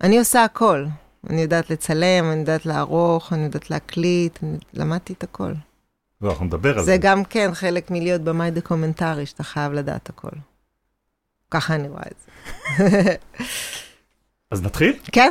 אני עושה הכל. אני יודעת לצלם, אני יודעת לערוך, אני יודעת להקליט, למדתי את הכל. אנחנו נדבר על זה. זה גם כן חלק מלהיות במאי דוקומנטרי, שאתה חייב לדעת הכל. ככה אני רואה את זה. אז נתחיל? כן.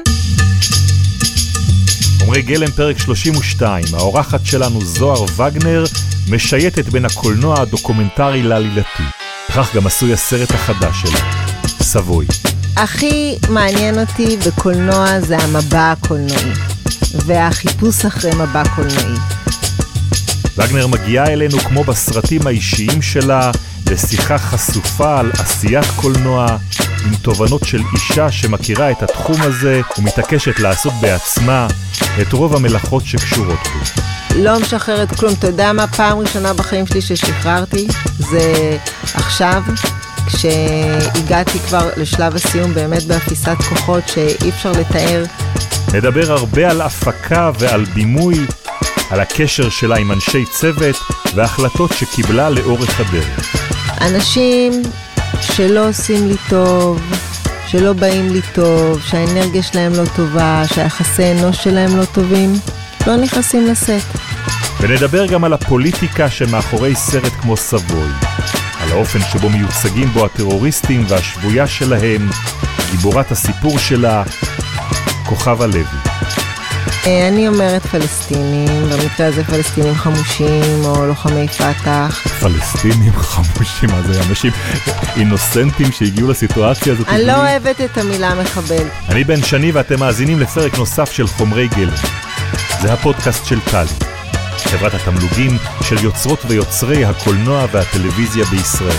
חומרי גלם פרק 32, האורחת שלנו זוהר וגנר, משייטת בין הקולנוע הדוקומנטרי לעלילתי. כך גם עשוי הסרט החדש שלה, סבוי. הכי מעניין אותי בקולנוע זה המבע הקולנועי, והחיפוש אחרי מבע קולנועי. וגנר מגיעה אלינו כמו בסרטים האישיים שלה, לשיחה חשופה על עשיית קולנוע, עם תובנות של אישה שמכירה את התחום הזה ומתעקשת לעשות בעצמה את רוב המלאכות שקשורות בו. לא משחררת כלום. אתה יודע מה? פעם ראשונה בחיים שלי ששחררתי, זה עכשיו, כשהגעתי כבר לשלב הסיום באמת באפיסת כוחות שאי אפשר לתאר. נדבר הרבה על הפקה ועל בימוי, על הקשר שלה עם אנשי צוות והחלטות שקיבלה לאורך הדרך. אנשים שלא עושים לי טוב, שלא באים לי טוב, שהאנרגיה שלהם לא טובה, שהיחסי אנוש שלהם לא טובים, לא נכנסים לסט. ונדבר גם על הפוליטיקה שמאחורי סרט כמו סבוי, על האופן שבו מיוצגים בו הטרוריסטים והשבויה שלהם, גיבורת הסיפור שלה, כוכבה לוי. אני אומרת פלסטינים, במקרה הזה פלסטינים חמושים או לוחמי פתח. פלסטינים חמושים, אז זה אנשים אינוסנטים שהגיעו לסיטואציה הזאת. אני לא אוהבת את המילה מחבל. אני בן שני ואתם מאזינים לפרק נוסף של חומרי גלם. זה הפודקאסט של טלי, חברת התמלוגים של יוצרות ויוצרי הקולנוע והטלוויזיה בישראל.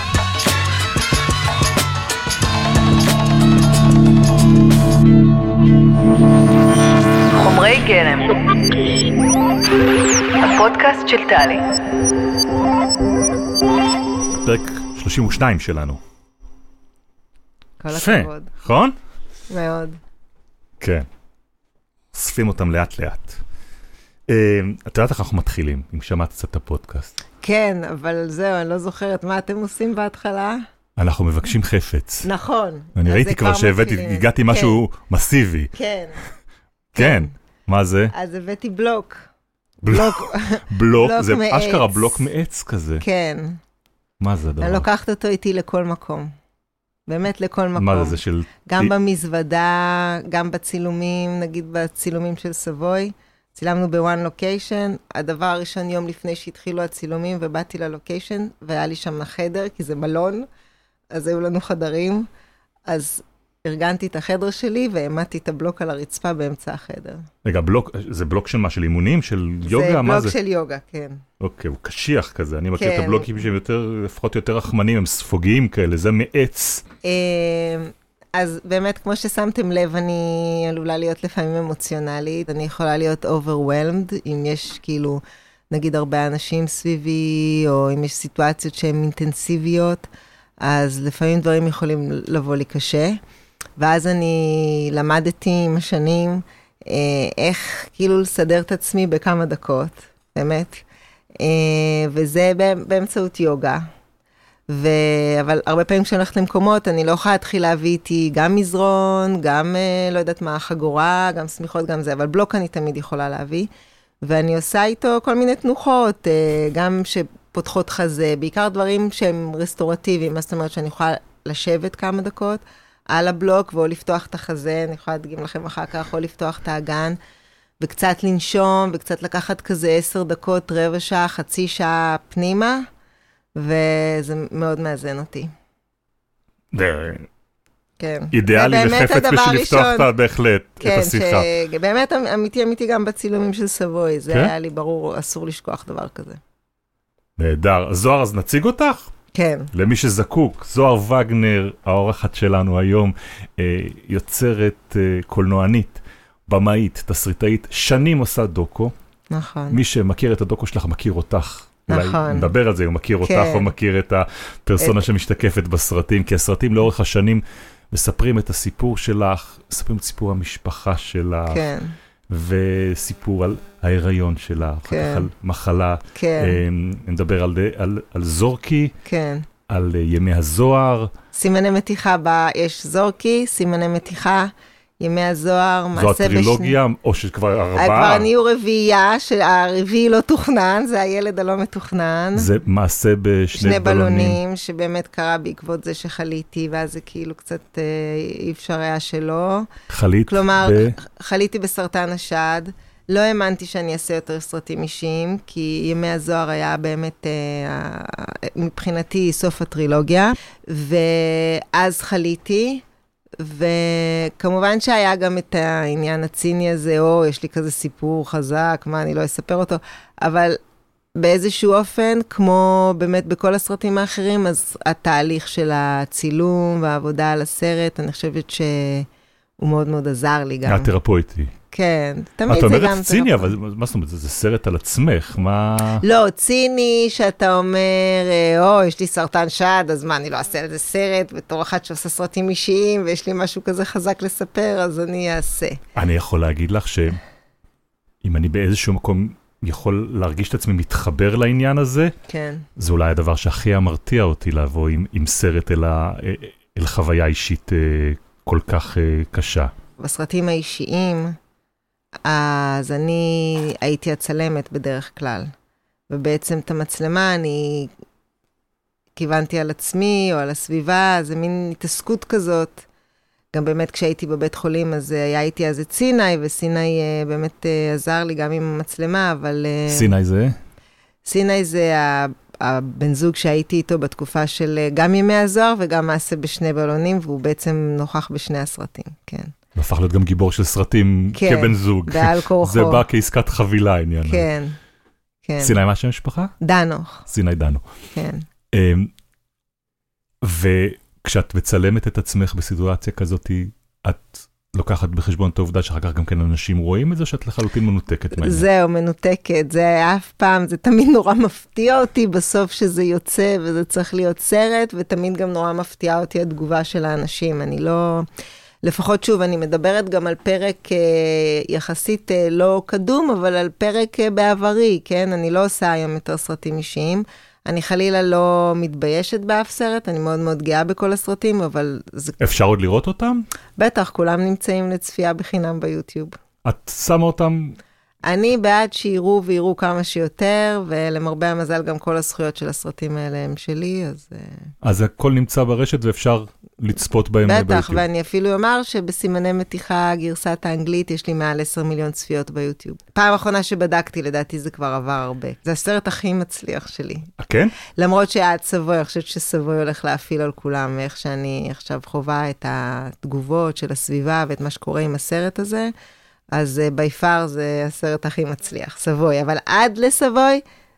חומרי גלם, הפודקאסט של טלי. פרק 32 שלנו. כל הכבוד. נכון? מאוד. כן. אוספים אותם לאט לאט. את יודעת איך אנחנו מתחילים, אם שמעת קצת את הפודקאסט. כן, אבל זהו, אני לא זוכרת מה אתם עושים בהתחלה. אנחנו מבקשים חפץ. נכון. אני ראיתי כבר שהגעתי משהו מסיבי. כן. כן. מה זה? אז הבאתי בלוק. בלוק, זה אשכרה בלוק מעץ כזה. כן. מה זה הדבר? אני לוקחת אותו איתי לכל מקום. באמת לכל מקום. מה זה של... גם במזוודה, גם בצילומים, נגיד בצילומים של סבוי. צילמנו בוואן לוקיישן. הדבר הראשון יום לפני שהתחילו הצילומים, ובאתי ללוקיישן, והיה לי שם חדר, כי זה מלון. אז היו לנו חדרים. אז ארגנתי את החדר שלי, והעמדתי את הבלוק על הרצפה באמצע החדר. רגע, זה בלוק של מה? של אימונים? של יוגה? זה בלוק של יוגה, כן. אוקיי, הוא קשיח כזה. אני מכיר את הבלוקים שהם לפחות יותר רחמנים, הם ספוגיים כאלה, זה מעץ. אז באמת, כמו ששמתם לב, אני עלולה להיות לפעמים אמוציונלית. אני יכולה להיות overwhelmed, אם יש כאילו, נגיד הרבה אנשים סביבי, או אם יש סיטואציות שהן אינטנסיביות, אז לפעמים דברים יכולים לבוא לי קשה. ואז אני למדתי עם השנים איך כאילו לסדר את עצמי בכמה דקות, באמת. וזה באמצעות יוגה. אבל הרבה פעמים כשאני הולכת למקומות, אני לא יכולה להתחיל להביא איתי גם מזרון, גם לא יודעת מה, חגורה, גם סמיכות, גם זה, אבל בלוק אני תמיד יכולה להביא. ואני עושה איתו כל מיני תנוחות, גם שפותחות חזה, בעיקר דברים שהם רסטורטיביים, זאת אומרת שאני יכולה לשבת כמה דקות, על הבלוק, ואו לפתוח את החזה, אני יכולה להדגים לכם אחר כך, או לפתוח את האגן, וקצת לנשום, וקצת לקחת כזה 10 דקות, רבע שעה, חצי שעה פנימה, וזה מאוד מאזן אותי. כן. אידיאלי וחפץ בשביל לפתוח בהחלט את השיחה. כן, באמת אמיתי גם בצילומים של סבוי, זה היה לי ברור, אסור לשכוח דבר כזה. נהדר. זוהר, אז נציג אותך? כן. למי שזקוק, זוהר וגנר, האורחת שלנו היום, יוצרת קולנוענית, במאית, תסריטאית, שנים עושה דוקו. נכון. מי שמכיר את הדוקו שלך מכיר אותך. נכון. אולי נדבר על זה, הוא מכיר אותך או מכיר את הפרסונה שמשתקפת בסרטים, כי הסרטים לאורך השנים מספרים את הסיפור שלך, מספרים את סיפור המשפחה שלך, כן. וסיפור על ההיריון שלך, אחר כך על מחלה, נדבר על זורקי, על ימי הזוהר. סימני מתיחה, יש זורקי, סימני מתיחה, ימי הזוהר, זו הטרילוגיה, או שכבר 4? כבר נהיו רביעייה, שהרביעי לא תוכנן, זה הילד הלא מתוכנן. זה מעשה בשני בלונים, שבאמת קרה בעקבות זה שחליתי, ואז זה כאילו קצת אי אפשר היה שלא. כלומר, חליתי בסרטן השד, לא האמנתי שאני אעשה יותר סרטים אישיים, כי ימי הזוהר היה באמת, מבחינתי, סוף הטרילוגיה, ואז חליתי, וכמובן שהיה גם את העניין הציני הזה, יש לי כזה סיפור חזק, מה, אני לא אספר אותו, אבל באיזשהו אופן, כמו באמת בכל הסרטים האחרים, אז התהליך של הצילום והעבודה על הסרט, אני חושבת שהוא מאוד מאוד עזר לי גם. התרפויטי. כן, תמיד זה גם... את אומרת ציני, אבל מה זאת אומרת? זה סרט על עצמך, מה... לא, ציני, שאתה אומר, יש לי סרטן שד, אז מה, אני לא אעשה על זה סרט, בתור אחת שעושה סרטים אישיים, ויש לי משהו כזה חזק לספר, אז אני אעשה. אני יכול להגיד לך שאם אני באיזשהו מקום יכול להרגיש את עצמי מתחבר לעניין הזה, כן. זה אולי הדבר שהכי מרתיע אותי לבוא עם סרט אל חוויה אישית כל כך קשה. בסרטים האישיים, אז אני הייתי הצלמת בדרך כלל, ובעצם את המצלמה אני כיוונתי על עצמי או על הסביבה, זה מין התעסקות כזאת. גם באמת כשהייתי בבית חולים, אז היה איתי אז את סיני, וסיני באמת עזר לי גם עם המצלמה, אבל... סיני זה? סיני זה הבן זוג שהייתי איתו בתקופה של גם ימי הזוהר, וגם מעשה בשני בלונים, והוא בעצם נוכח בשני הסרטים, כן. הפך להיות גם גיבור של סרטים כבן זוג. בעל כורחו. זה בא כעסקת חבילה העניין. כן, כן. סיני, מה שם המשפחה? דנוך. סיני דנו. כן. וכשאת מצלמת את עצמך בסיטואציה כזאת, את לוקחת בחשבון את העובדה שאחר כך גם כן אנשים רואים את זה, שאת לחלוטין מנותקת מהעניין. זהו, מנותקת. זה אף פעם, זה תמיד נורא מפתיע אותי בסוף שזה יוצא, וזה צריך להיות סרט, ותמיד גם נורא מפתיע אותי התגובה של האנשים. אני לא... לפחות שוב, אני מדברת גם על פרק יחסית לא קדום, אבל על פרק בעברי, כן? אני לא עושה היום יותר סרטים אישיים. אני חלילה לא מתביישת באף סרט, אני מאוד מאוד גאה בכל הסרטים, אבל... אפשר עוד לראות אותם? בטח, כולם נמצאים לצפייה בחינם ביוטיוב. את שמה אותם... אני בעד שיראו ויראו כמה שיותר, ולמרבה המזל גם כל הזכויות של הסרטים האלה הם שלי, אז... אז הכל נמצא ברשת ואפשר לצפות בהם ביוטיוב. בטח, ואני אפילו אומר שבסימני מתיחה גרסת האנגלית יש לי מעל 10 מיליון צפיות ביוטיוב. פעם האחרונה שבדקתי, לדעתי זה כבר עבר הרבה. זה הסרט הכי מצליח שלי. כן? למרות שעד סבוי, אני חושבת שסבוי הולך להפעיל על כולם, איך שאני עכשיו חובה את התגובות של הסביבה ואת מה שקורה עם הסרט הזה, אז ביפר זה הסרט הכי מצליח, סבוי. אבל עד לסבוי,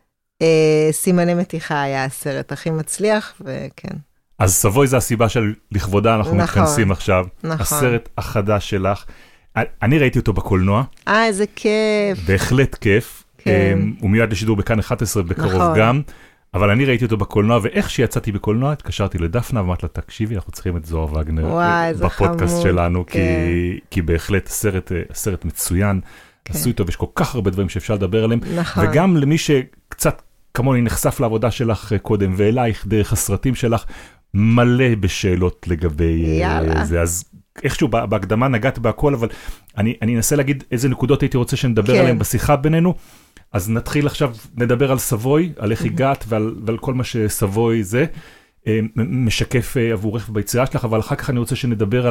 סימני מתיחה היה הסרט הכי מצליח, וכן. אז סבוי זה הסיבה של לכבודה, אנחנו מתכנסים עכשיו. נכון. הסרט החדש שלך. אני ראיתי אותו בקולנוע. איזה כיף. בהחלט כיף. כן. הוא מיועד לשידור בכאן 11 בקרוב נכון. גם. אבל אני ראיתי אותו בקולנוע, ואיך שיצאתי בקולנוע, התקשרתי לדפנה, ואמרת לה, תקשיבי, אנחנו צריכים את זוהר וגנר בפודקאסט שלנו, כי בהחלט הסרט מצוין, עשו איתו, ויש כל כך הרבה דברים שאפשר לדבר עליהם, וגם למי שקצת כמוני נחשף לעבודה שלך קודם, ואלייך דרך הסרטים שלך, מלא בשאלות לגבי זה, אז איכשהו בהקדמה נגעת בהכל, אבל אני אנסה להגיד איזה נקודות הייתי רוצה שנדבר עליהם בשיחה בינינו, אז נתחיל עכשיו, נדבר על סבוי, על איך הגעת ועל כל מה שסבוי זה, משקף עבורך ביצירה שלך, אבל אחר כך אני רוצה שנדבר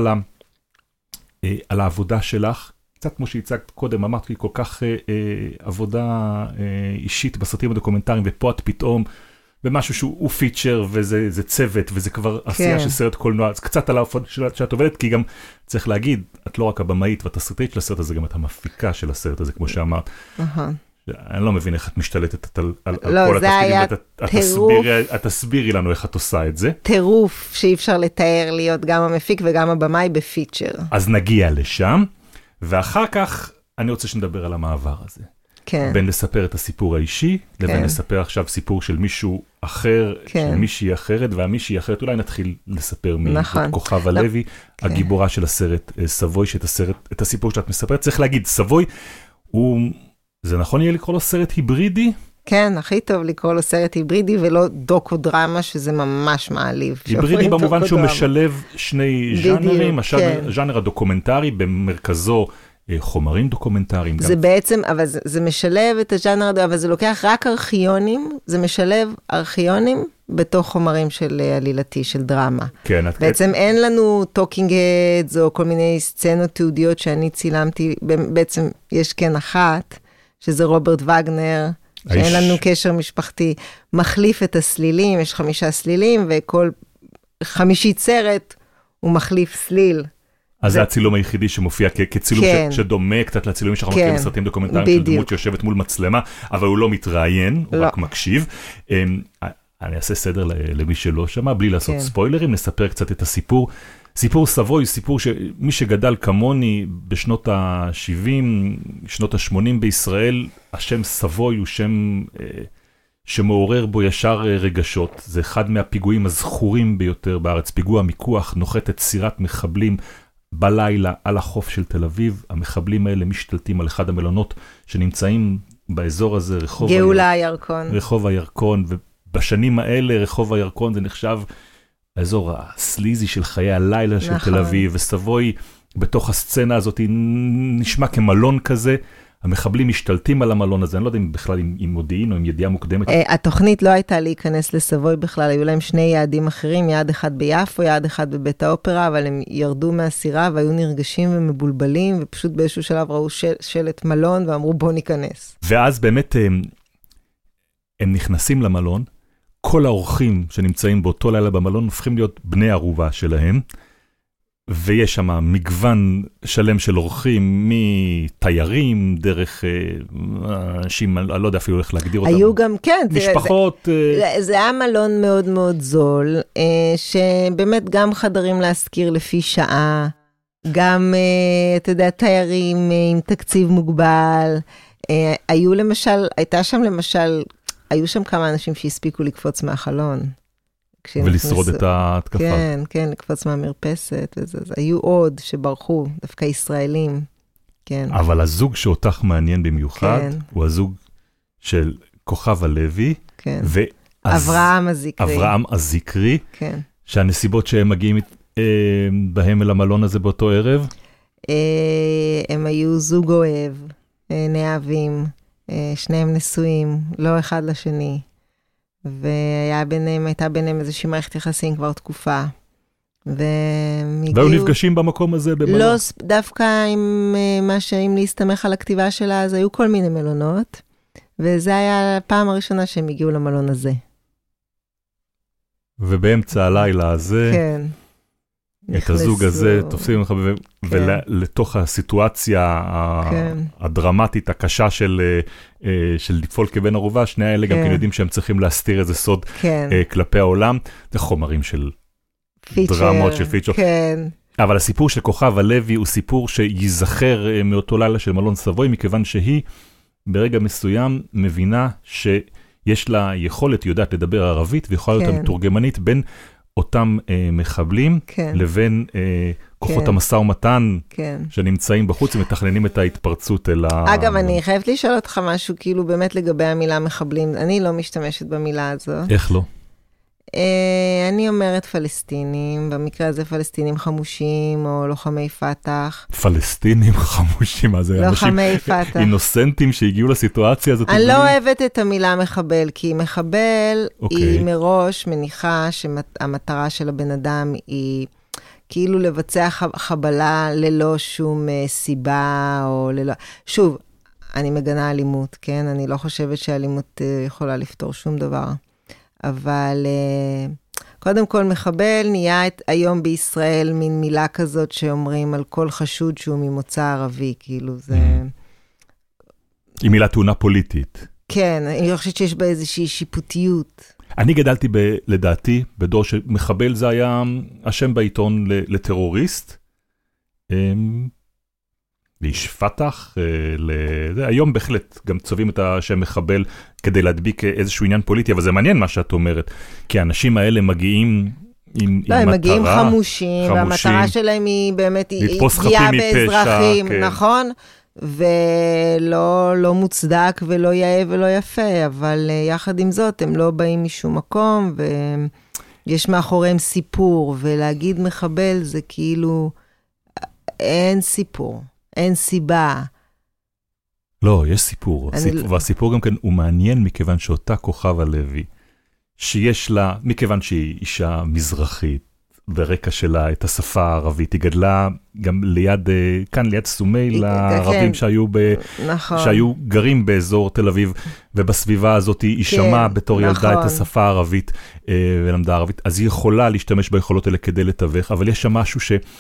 על העבודה שלך, קצת כמו שהצגת קודם, אמרת לי כל כך עבודה אישית בסרטים הדוקומנטריים, ופה את פתאום במשהו שהוא פיצ'ר, וזה צוות, וזה כבר עשייה של סרט קולנוע, אז קצת על האופן שאת עובדת, כי גם צריך להגיד, את לא רק הבמאית והתסריטאית של הסרט הזה, גם את המפיקה של הסרט הזה, כמו שאמרת. אני לא מבין איך את משתלטת על כל התפקידים, את תסבירי לנו איך את עושה את זה. טירוף שאי אפשר לתאר להיות גם המפיק וגם הבמאי בפיצ'ר. אז נגיע לשם, ואחר כך אני רוצה שנדבר על המעבר הזה. כן. בין לספר את הסיפור האישי, לבין לספר עכשיו סיפור של מישהו אחר, של מישהי אחרת, והמישהי אחרת, אולי נתחיל לספר מכוכב הלוי, הגיבורה של הסרט סבוי, שאת הסיפור שאת מספרת, צריך להגיד, סבוי הוא... זה נכון יהיה לקרוא לו סרט היברידי? כן, הכי טוב לקרוא לו סרט היברידי ולא דוקו-דרמה, שזה ממש מעליב. היברידי במובן שהוא משלב שני ז'אנרים, הז'אנר הדוקומנטרי במרכזו חומרים דוקומנטריים. זה בעצם, אבל זה משלב את הז'אנר, אבל זה לוקח רק ארכיונים, זה משלב ארכיונים בתוך חומרים של עלילתי, של דרמה. כן. בעצם אין לנו טוקינג הדס או כל מיני סצנות תיעודיות שאני צילמתי, בעצם יש כן אחת, שזה רוברט וגנר, שאין לנו קשר משפחתי, מחליף את הסלילים, יש 5 סלילים, וכל 5 סרט הוא מחליף סליל. אז זה הצילום היחידי שמופיע כצילום שדומה קצת לצילומים שאנחנו מכירים בסרטים דוקומנטריים, של דמות שיושבת מול מצלמה, אבל הוא לא מתראיין, הוא רק מקשיב. אני אעשה סדר למי שלא שמע, בלי לעשות ספוילרים, נספר קצת את הסיפור. סיפור סבוי, סיפור שמי שגדל כמוני בשנות ה-70, שנות ה-80 בישראל, השם סבוי הוא שם שמעורר בו ישר רגשות. זה אחד מהפיגועים הזכורים ביותר בארץ. פיגוע מיקוח נוחת את סירת מחבלים בלילה על החוף של תל אביב. המחבלים האלה משתלטים על אחד המלונות שנמצאים באזור הזה, גאולה הירקון. רחוב הירקון, ובשנים האלה רחוב הירקון זה נחשב האזור הסליזי של חיי הלילה של תל אביב, וסבוי בתוך הסצנה הזאת נשמע כמלון כזה. המחבלים משתלטים על המלון הזה, אני לא יודע אם בכלל עם מודיעין או עם ידיעה מוקדמת. התוכנית לא הייתה להיכנס לסבוי בכלל, היו להם 2 יעדים אחרים, יעד אחד ביפו, יעד אחד בבית האופרה, אבל הם ירדו מהסירה והיו נרגשים ומבולבלים, ופשוט באיזשהו שלב ראו שלט מלון ואמרו בוא ניכנס. ואז באמת הם נכנסים למלון, כל האורחים שנמצאים באותו לילה במלון הופכים להיות בני ערובה שלהם, ויש שם מגוון שלם של אורחים, מתיירים, דרך אנשים, אני לא יודע אפילו איך להגדיר אותם. היו גם, כן. משפחות. זה היה מלון מאוד מאוד זול, שבאמת גם חדרים להזכיר לפי שעה, גם, אתה יודע, תיירים עם תקציב מוגבל, היו למשל, הייתה שם למשל, היו שם כמה אנשים שהספיקו לקפוץ מהחלון. ולשרוד את ההתקפה. כן, כן, לקפוץ מהמרפסת וזה. היו עוד שברחו, דווקא ישראלים. כן. אבל הזוג שאותך מעניין במיוחד, הוא הזוג של כוכב הלוי, כן. אברהם הזיקרי. אברהם הזיקרי, כן. שהנסיבות שהם מגיעים בהם אל המלון הזה באותו ערב? הם היו זוג אוהב, נאהבים, שניהם נשואים, לא אחד לשני. והייתה ביניהם איזושהי מערכת יחסים כבר תקופה. והיו נפגשים במקום הזה במלון? לא, דווקא עם מה שאם להסתמך על הכתיבה שלה, אז היו כל מיני מלונות, וזה היה הפעם הראשונה שהם הגיעו למלון הזה. ובאמצע הלילה הזה, כן. את הזוג הזה תופסים לך, ולתוך הסיטואציה הדרמטית, הקשה של לפעול כבן ערובה, שני האלה גם כן יודעים שהם צריכים להסתיר איזה סוד כלפי העולם. זה חומרים של דרמות, של פיצ'ר. אבל הסיפור של כוכב הלוי הוא סיפור שיזכר מאותו לילה של מלון סבוי, מכיוון שהיא ברגע מסוים מבינה שיש לה יכולת, היא יודעת לדבר ערבית, ויכולה להיות מתורגמנית בין אותם מחבלים, לבין כוחות המשא ומתן שנמצאים בחוץ, ומתכננים את ההתפרצות אל אגב, אני חייבת לשאול אותך משהו, כאילו באמת לגבי המילה מחבלים, אני לא משתמשת במילה הזו. איך לא? אני אומרת פלסטינים, במקרה הזה פלסטינים חמושים, או לוחמי פתח. פלסטינים חמושים, מה זה? לוחמי פתח. אינוסנטים שהגיעו לסיטואציה הזאת. אני לא אוהבת את המילה מחבל, כי מחבל היא מראש מניחה שהמטרה של הבן אדם היא כאילו לבצע חבלה ללא שום סיבה, או ללא... שוב, אני מגנה אלימות, כן? אני לא חושבת שאלימות יכולה לפתור שום דבר. אבל קודם כל מחבל נהיה היום בישראל מין מילה כזאת שאומרים על כל חשוד שהוא ממוצא ערבי, כאילו זה... היא מילה תאונה פוליטית. כן, אני חושבת שיש בה איזושהי שיפוטיות. אני גדלתי לדעתי, בדור שמחבל זה היה השם בעיתון לטרוריסט, לאיש פתח, היום בהחלט גם צובעים את השם מחבל כדי להדביק איזשהו עניין פוליטי, אבל זה מעניין מה שאת אומרת, כי האנשים האלה מגיעים עם מטרה. הם מגיעים חמושים, והמטרה שלהם היא באמת, היא פגיעה באזרחים, נכון? ולא מוצדק ולא יאה ולא יפה, אבל יחד עם זאת הם לא באים משום מקום, ויש מאחוריהם סיפור, ולהגיד מחבל זה כאילו, אין סיפור, אין סיבה. לא, יש סיפור, והסיפור גם כן הוא מעניין מכיוון שאותה כוכבה לוי, שיש לה, מכיוון שהיא אישה מזרחית, ברקע שלה את השפה הערבית, היא גדלה גם ליד, כאן ליד סומי, לערבים שהיו גרים באזור תל אביב, ובסביבה הזאת היא שמעה בתור ילדה את השפה הערבית, ולמדה ערבית, אז היא יכולה להשתמש ביכולות האלה כדי לתווך, אבל יש שם משהו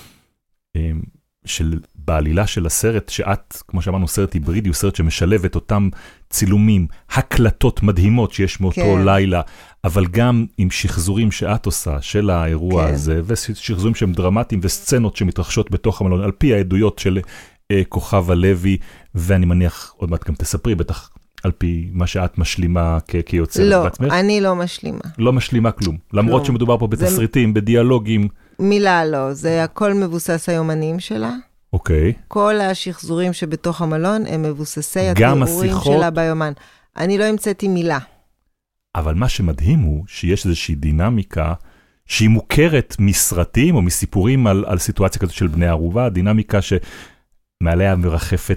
בעלילה של הסרט, שאת, כמו שאמרנו, סרט היברידי, הוא סרט שמשלב את אותם צילומים, הקלטות מדהימות שיש מאותו לילה, אבל גם עם שחזורים שאת עושה של האירוע הזה, ושחזורים שהם דרמטיים וסצנות שמתרחשות בתוך המלון, על פי העדויות של כוכבה לוי, ואני מניח, עוד מעט גם תספרי, בטח על פי מה שאת משלימה כיוצרת בעצמך. לא, אני לא משלימה. לא משלימה כלום, למרות שמדובר פה בתסריטים, בדיאלוגים. מילה לא, זה הכל מבוסס היומנים שלה. אוקיי. כל השחזורים שבתוך המלון הם מבוססי התיאורים שלה ביומן. אני לא המצאתי מילה. אבל מה שמדהים הוא שיש איזושהי דינמיקה שהיא מוכרת מסרטים או מסיפורים על סיטואציה כזאת של בני ערובה, דינמיקה שמעליה מרחף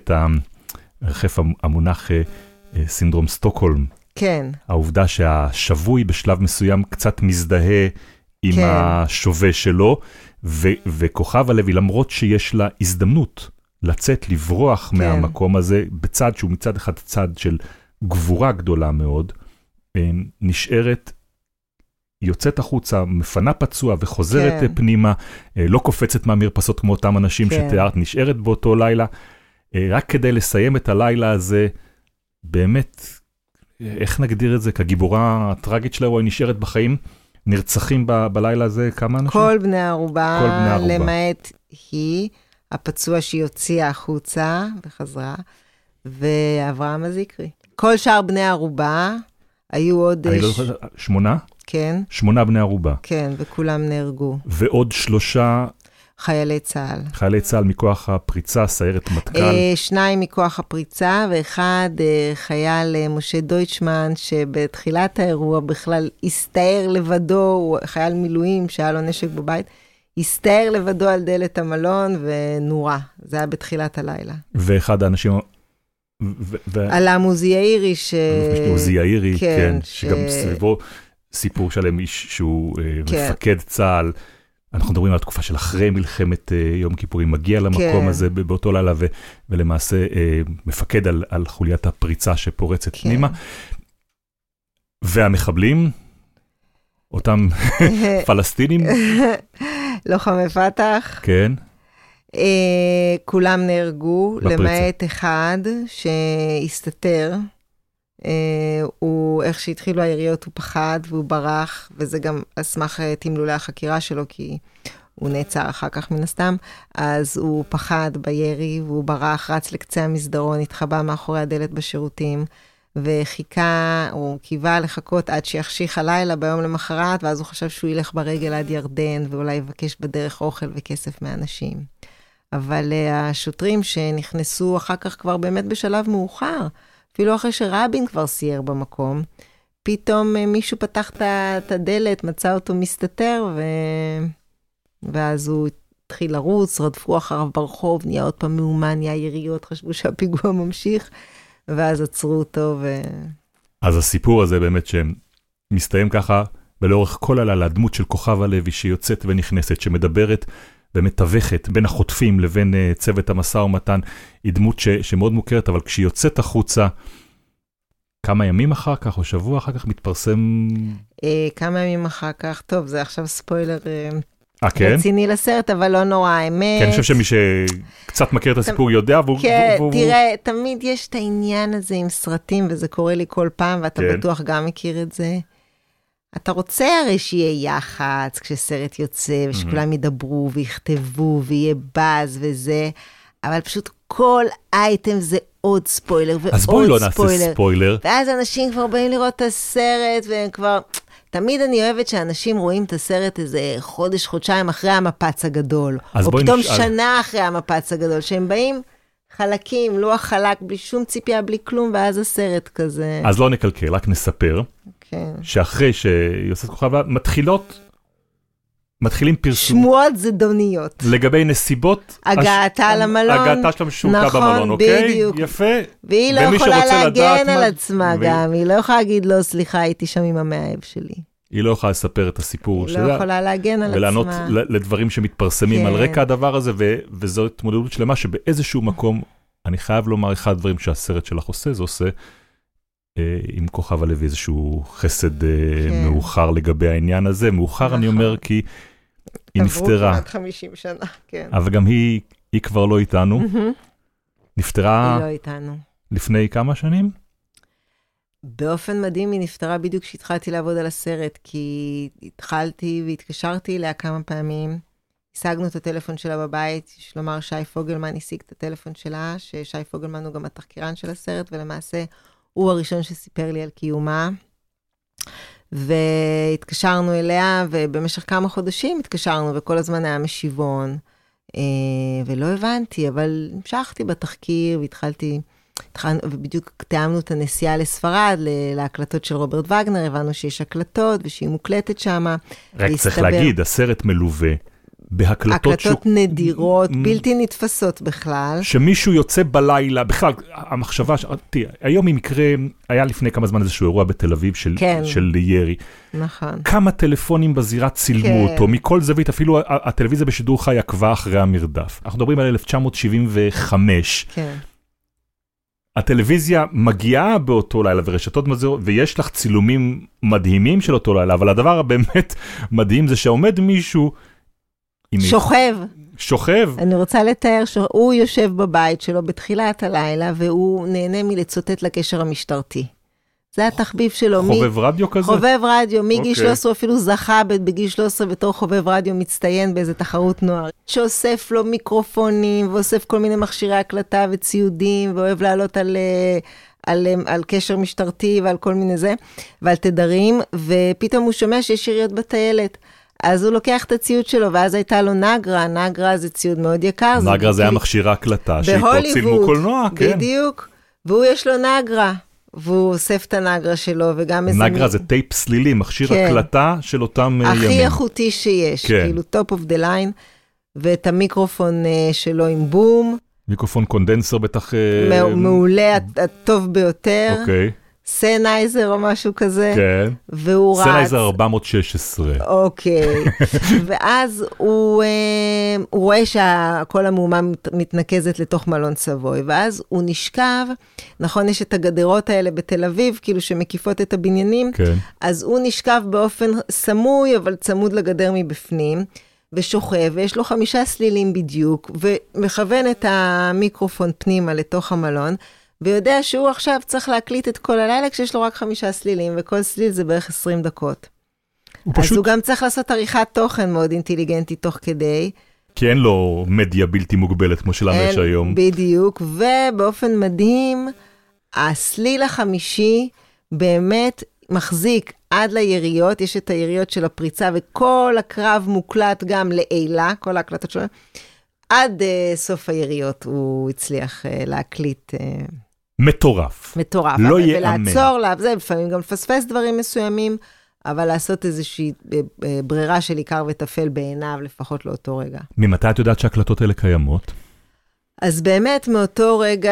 המונח סינדרום סטוקהולם. כן. העובדה שהשבוי בשלב מסוים קצת מזדהה עם השווה שלו, וכוכבה לוי, למרות שיש לה הזדמנות לצאת, לברוח מהמקום הזה, בצד שהוא מצד אחד צד של גבורה גדולה מאוד, נשארת, יוצאת החוצה, מפנה פצוע וחוזרת פנימה, לא קופצת מהמרפסות כמו אותם אנשים שתיארת, נשארת באותו לילה, רק כדי לסיים את הלילה הזה, באמת, איך נגדיר את זה? כגיבורה הטרגית שלה, היא נשארת בחיים, נרצחים בלילה הזה כמה אנשים? כל בני ערובה, למעט היא, הפצוע שהיא הוציאה החוצה וחזרה, ואברהם הזיקרי. כל שאר בני ערובה, היו עוד... אני לא זוכר, 8? כן. 8 בני ערובה. כן, וכולם נהרגו. ועוד 3... חיילי צה"ל. חיילי צה"ל מכוח הפריצה, סיירת מטכ"ל. 2 מכוח הפריצה, ואחד חייל משה דויטשמן, שבתחילת האירוע בכלל הסתער לבדו, הוא חייל מילואים שהיה לו נשק בבית, הסתער לבדו על דלת המלון ונורה. זה היה בתחילת הלילה. ואחד האנשים... על עמוזי יאירי עמוזי יאירי, כן, שגם סביבו סיפור שלם איש שהוא מפקד צה"ל, אנחנו מדברים על התקופה של אחרי מלחמת יום כיפורים, מגיע למקום הזה באותו לילה, ולמעשה מפקד על חוליית הפריצה שפורצת פנימה, והמחבלים, אותם פלסטינים, לוחמי פתח, כן, כולם נהרגו, למעט אחד שהסתתר, הוא, איך שהתחילו היריות, הוא פחד והוא ברח, וזה גם אסמך תמלולי החקירה שלו, כי הוא נעצר אחר כך מן הסתם, אז הוא פחד בירי, והוא ברח, רץ לקצה המסדרון, התחבא מאחורי הדלת בשירותים, וחיכה, הוא קיווה לחכות עד שיחשיך הלילה ביום למחרת, ואז הוא חשב שהוא ילך ברגל עד ירדן, ואולי יבקש בדרך אוכל וכסף מאנשים. אבל השוטרים שנכנסו אחר כך כבר באמת בשלב מאוחר, אפילו אחרי שרבין כבר סייר במקום, פתאום מישהו פתח את הדלת, מצא אותו מסתתר, ואז הוא התחיל לרוץ, רדפו אחריו ברחוב, נהיה עוד פעם מאומן, נהיה יריות, חשבו שהפיגוע ממשיך, ואז עצרו אותו. אז הסיפור הזה באמת שמסתיים ככה, ולאורך כל הלילה, הדמות של כוכבה לוי שיוצאת ונכנסת, שמדברת ומתווכת בין החוטפים לבין צוות המשא ומתן, היא דמות שמאוד מוכרת, אבל כשהיא יוצאת החוצה, כמה ימים אחר כך או שבוע אחר כך מתפרסם... כמה ימים אחר כך, טוב, זה עכשיו ספוילר כן? רציני לסרט, אבל לא נורא, האמת. כן, אני חושב שמי שקצת מכיר את הסיפור יודע, כן, תראה, תמיד יש את העניין הזה עם סרטים, וזה קורה לי כל פעם, ואתה בטוח גם מכיר את זה. אתה רוצה הרי שיהיה יח"צ כשסרט יוצא, ושכולם ידברו ויכתבו ויהיה באז וזה, אבל פשוט כל אייטם זה עוד ספוילר ועוד ספוילר. אז בואי לא נעשה ספוילר. ואז אנשים כבר באים לראות את הסרט, והם כבר... תמיד אני אוהבת שאנשים רואים את הסרט איזה חודש, חודשיים אחרי המפץ הגדול, או פתאום שנה אחרי המפץ הגדול, שהם באים חלקים, לוח חלק, בלי שום ציפייה, בלי כלום, ואז הסרט כזה. אז לא נקלקל, רק נספר, כן. שאחרי שיוסף כוכבה מתחילים פרסום. שמועות זדוניות. לגבי נסיבות. הגעתה למלון. הגעתה שלה משוקה נכון, במלון, אוקיי? בדיוק. יפה. והיא לא יכולה להגן על עצמה גם, היא לא יכולה להגיד לו, סליחה, הייתי שם עם המאהב שלי. היא לא יכולה לספר את הסיפור שלה. היא לא יכולה להגן על עצמה. ולענות לדברים שמתפרסמים על רקע הדבר הזה, וזו התמודדות שלמה שבאיזשהו מקום, אני חייב לומר אחד הדברים שהסרט שלך עושה, זה עושה עם כוכב הלוי איזשהו חסד מאוחר לגבי העניין הזה. מאוחר אני אומר כי היא נפטרה. עברו כמעט 50 שנה, כן. אבל גם היא כבר לא איתנו. נפטרה... היא לא איתנו. לפני כמה שנים? באופן מדהים היא נפטרה בדיוק כשהתחלתי לעבוד על הסרט, כי התחלתי והתקשרתי אליה כמה פעמים, השגנו את הטלפון שלה בבית, יש לומר שי פוגלמן השיג את הטלפון שלה, ששי פוגלמן הוא גם התחקירן של הסרט, ולמעשה הוא הראשון שסיפר לי על קיומה, והתקשרנו אליה, ובמשך כמה חודשים התקשרנו, וכל הזמן היה משיבון, ולא הבנתי, אבל המשכתי בתחקיר, והתחלתי... ובדיוק תאמנו את הנסיעה לספרד, להקלטות של רוברט וגנר, הבנו שיש הקלטות ושהיא מוקלטת שם. רק צריך להגיד, הסרט מלווה בהקלטות נדירות, בלתי נתפסות בכלל. שמישהו יוצא בלילה, בכלל, המחשבה, תראה, היום היא מקרה, היה לפני כמה זמן איזשהו אירוע בתל אביב של ירי. נכון. כמה טלפונים בזירה צילמו אותו, מכל זווית, אפילו הטלוויזיה בשידור חי עקבה אחרי המרדף. אנחנו מדברים על 1975. כן. הטלוויזיה מגיעה באותו לילה ורשתות מזהות, ויש לך צילומים מדהימים של אותו לילה, אבל הדבר הבאמת מדהים זה שעומד מישהו... שוכב. אני רוצה לתאר שהוא יושב בבית שלו בתחילת הלילה, והוא נהנה מלצוטט לקשר המשטרתי. זה התחביב שלו. חובב רדיו כזה? חובב רדיו, מגיל 13 אפילו זכה בגיל 13 בתור חובב רדיו מצטיין באיזה תחרות נוער. שאוסף לו מיקרופונים, ואוסף כל מיני מכשירי הקלטה וציודים, ואוהב לעלות על קשר משטרתי ועל כל מיני זה, ועל תדרים, ופתאום הוא שומע שיש יריות בטיילת. אז הוא לוקח את הציוד שלו, ואז הייתה לו נגרה, נגרה זה ציוד מאוד יקר. נגרה זה היה מכשיר הקלטה, שאיתו צילמו קולנוע, כן. בדיוק, והוא יש לו נגרה. והוא אוסף את הנגרה שלו, וגם איזה... נגרה זה טייפ סלילי, מכשיר הקלטה של אותם ימים. הכי איכותי שיש, כאילו top of the line, ואת המיקרופון שלו עם בום. מיקרופון קונדנסר בטח... מעולה, הטוב ביותר. אוקיי. סנייזר או משהו כזה. כן. והוא רץ. סנייזר 416. אוקיי. ואז הוא רואה שכל המהומה מתנקזת לתוך מלון סבוי, ואז הוא נשכב, נכון, יש את הגדרות האלה בתל אביב, כאילו שמקיפות את הבניינים, כן. אז הוא נשכב באופן סמוי, אבל צמוד לגדר מבפנים, ושוכב, ויש לו 5 סלילים בדיוק, ומכוון את המיקרופון פנימה לתוך המלון, ויודע שהוא עכשיו צריך להקליט את כל הלילה, כשיש לו רק 5 סלילים, וכל סליל זה בערך 20 דקות. אז הוא גם צריך לעשות עריכת תוכן מאוד אינטליגנטי תוך כדי. כי אין לו מדיה בלתי מוגבלת, כמו שלנו יש היום. בדיוק, ובאופן מדהים, הסליל החמישי באמת מחזיק עד ליריות, יש את היריות של הפריצה, וכל הקרב מוקלט גם לעילה, כל ההקלטות שלו, עד סוף היריות הוא הצליח להקליט. מטורף. מטורף. לא יאמן. ולעצור לה, זה לפעמים גם לפספס דברים מסוימים, אבל לעשות איזושהי ברירה של עיקר וטפל בעיניו, לפחות לאותו רגע. ממתי את יודעת שהקלטות האלה קיימות? אז מאותו רגע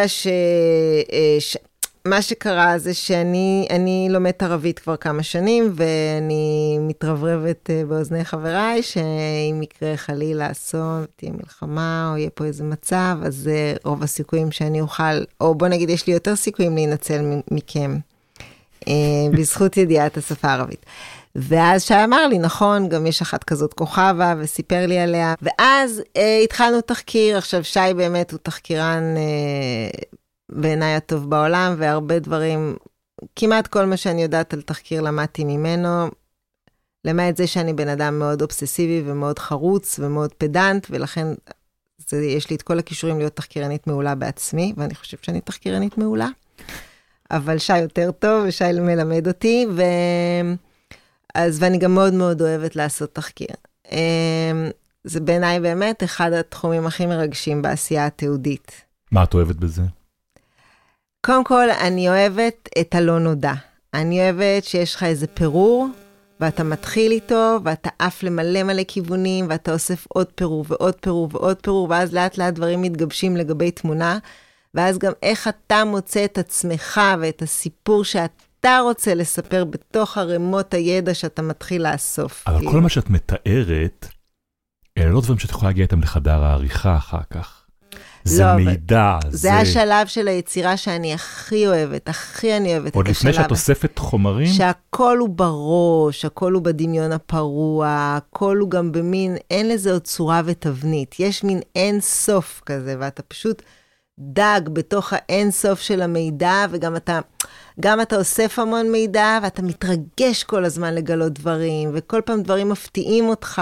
מה שקרה זה שאני לומדת ערבית כבר כמה שנים, ואני מתרברבת באוזני חבריי, שאם יקרה חלילה אסון, תהיה מלחמה, או יהיה פה איזה מצב, אז רוב הסיכויים שאני אוכל, או בוא נגיד, יש לי יותר סיכויים להינצל מכם, בזכות ידיעת השפה הערבית. ואז שי אמר לי, נכון, גם יש אחת כזאת כוכבה, וסיפר לי עליה, ואז התחלנו תחקיר. עכשיו שי באמת הוא תחקירן בעיניי הטוב בעולם, והרבה דברים, כמעט כל מה שאני יודעת על תחקיר למדתי ממנו, למעט זה שאני בן אדם מאוד אובססיבי ומאוד חרוץ ומאוד פדנט, ולכן יש לי את כל הכישורים להיות תחקירנית מעולה בעצמי, ואני חושב שאני תחקירנית מעולה, אבל שי יותר טוב, ושי מלמד אותי, ואני גם מאוד מאוד אוהבת לעשות תחקיר. זה בעיניי באמת אחד התחומים הכי מרגשים בעשייה התיעודית. מה את אוהבת בזה? קודם כל, אני אוהבת את הלא נודע. אני אוהבת שיש לך איזה פירור, ואתה מתחיל איתו, ואתה עף למלא מלא כיוונים, ואתה אוסף עוד פירור ועוד פירור ועוד פירור, ואז לאט לאט דברים מתגבשים לגבי תמונה, ואז גם איך אתה מוצא את עצמך ואת הסיפור שאתה רוצה לספר בתוך הרמות הידע שאתה מתחיל לאסוף. אבל כל מה שאת מתארת, אלה לא דברים שאת יכולה להגיע איתם לחדר העריכה אחר כך. זה לא, מידע. זה השלב של היצירה שאני הכי אוהבת, הכי אני אוהבת. עוד לפני שאת אוספת חומרים? שהכל הוא בראש, הכל הוא בדמיון הפרוע, הכל הוא גם במין, אין לזה עוד צורה ותבנית. יש מין אין סוף כזה, ואתה פשוט דג בתוך האין סוף של המידע, וגם אתה אוסף המון מידע, ואתה מתרגש כל הזמן לגלות דברים, וכל פעם דברים מפתיעים אותך,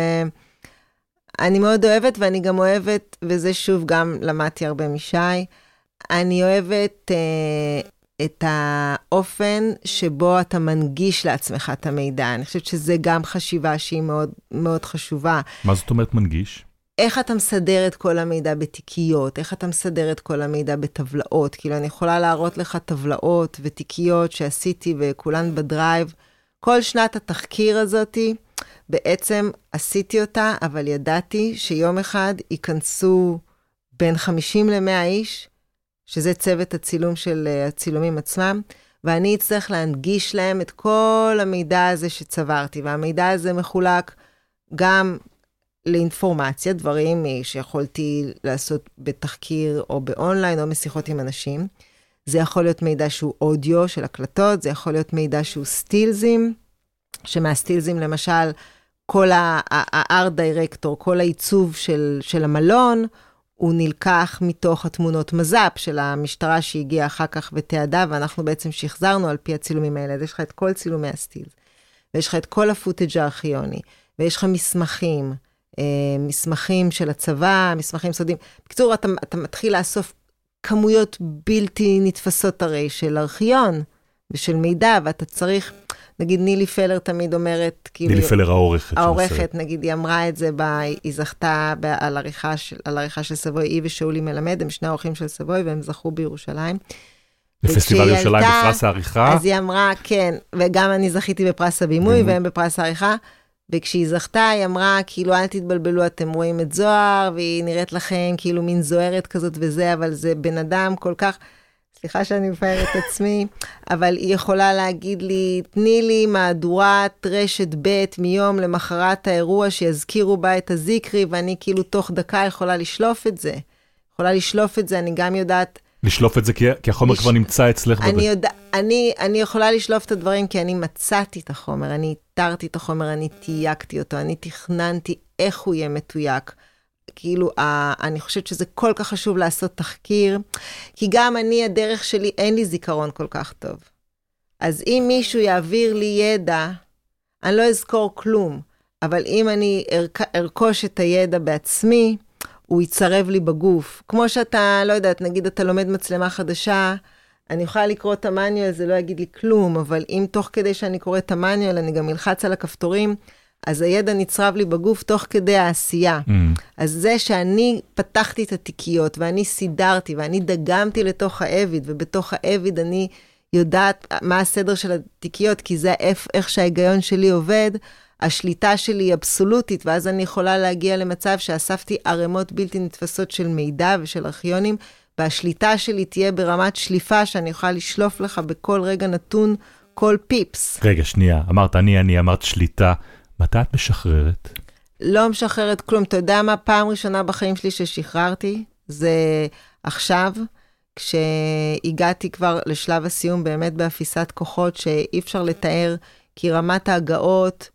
אני מאוד אוהבת, ואני גם אוהבת, וזה שוב גם למדתי הרבה משי, אני אוהבת את האופן שבו אתה מנגיש לעצמך את המידע. אני חושבת שזה גם חשיבה שהיא מאוד, מאוד חשובה. מה זאת אומרת מנגיש? איך אתה מסדר את כל המידע בתיקיות, איך אתה מסדר את כל המידע בטבלאות. כאילו אני יכולה להראות לך טבלאות ותיקיות שעשיתי וכולן בדרייב. כל שנת התחקיר הזאתי, בעצם עשיתי אותה, אבל ידעתי שיום אחד ייכנסו בין 50 ל-100 איש, שזה צוות הצילום של הצילומים עצמם, ואני אצטרך להנגיש להם את כל המידע הזה שצברתי, והמידע הזה מחולק גם לאינפורמציה, דברים שיכולתי לעשות בתחקיר או באונליין או משיחות עם אנשים. זה יכול להיות מידע שהוא אודיו של הקלטות, זה יכול להיות מידע שהוא סטילזים, שמהסטילזים למשל, כל הארט דירקטור, כל העיצוב של המלון, הוא נלקח מתוך התמונות מז"פ של המשטרה שהגיעה אחר כך ותיעדה, ואנחנו בעצם שחזרנו על פי הצילומים האלה. אז יש לך את כל צילומי הסטילס, ויש לך את כל הפוטג' הארכיוני, ויש לך מסמכים, מסמכים של הצבא, מסמכים סודיים. בקיצור, אתה מתחיל לאסוף כמויות בלתי נתפסות הרי של ארכיון ושל מידע, ואתה צריך, נגיד נילי פלר תמיד אומרת, נילי פלר העורכת. העורכת, נגיד, היא אמרה את זה, היא זכתה על עריכה של סבוי, היא ושאולי מלמד, הם שני האורחים של סבוי, והם זכו בירושלים. בפסטיבל ירושלים בפרס העריכה. אז היא אמרה, כן, וגם אני זכיתי בפרס הבימוי, והם בפרס העריכה, וכשהיא זכתה, היא אמרה, כאילו, אל תתבלבלו, אתם רואים את זוהר, והיא נראית לכם כאילו מין זוהרת כזאת וזה, אבל זה בן אדם כל כך, סליחה שאני מפארת את עצמי, אבל היא יכולה להגיד לי, תני לי מהדורת רשת ב' מיום למחרת האירוע, שיזכירו בה את הזיקרי, ואני כאילו תוך דקה יכולה לשלוף את זה. אני גם יודעת, לשלוף את זה כי החומר כבר נמצא אצלך. אני יכולה לשלוף את הדברים כי אני מצאתי את החומר, אני איתרתי את החומר, אני תייקתי אותו, אני תכננתי איך הוא יהיה מתויק. כאילו, אני חושבת שזה כל כך חשוב לעשות תחקיר, כי גם אני, הדרך שלי, אין לי זיכרון כל כך טוב. אז אם מישהו יעביר לי ידע, אני לא אזכור כלום, אבל אם אני ארכוש את הידע בעצמי, הוא יצרב לי בגוף. כמו שאתה, לא יודעת, נגיד אתה לומד מצלמה חדשה, אני יכולה לקרוא את המניואל, זה לא יגיד לי כלום, אבל אם תוך כדי שאני קורא את המניואל, אני גם אלחץ על הכפתורים, אז הידע נצרב לי בגוף תוך כדי העשייה. אז זה שאני פתחתי את התיקיות, ואני סידרתי, ואני דגמתי לתוך האביד, ובתוך האביד אני יודעת מה הסדר של התיקיות, כי זה איך שההיגיון שלי עובד, השליטה שלי היא אבסולוטית, ואז אני יכולה להגיע למצב שאספתי ערימות בלתי נתפסות של מידע ושל ארכיונים, והשליטה שלי תהיה ברמת שליפה, שאני יכולה לשלוף לך בכל רגע נתון, כל פיפס. רגע, שנייה, אמרת שליטה, מתי את משחררת? לא משחררת כלום. אתה יודע מה? פעם ראשונה בחיים שלי ששחררתי, זה עכשיו, כשהגעתי כבר לשלב הסיום, באמת באפיסת כוחות, שאי אפשר לתאר, כי רמת ההגעות,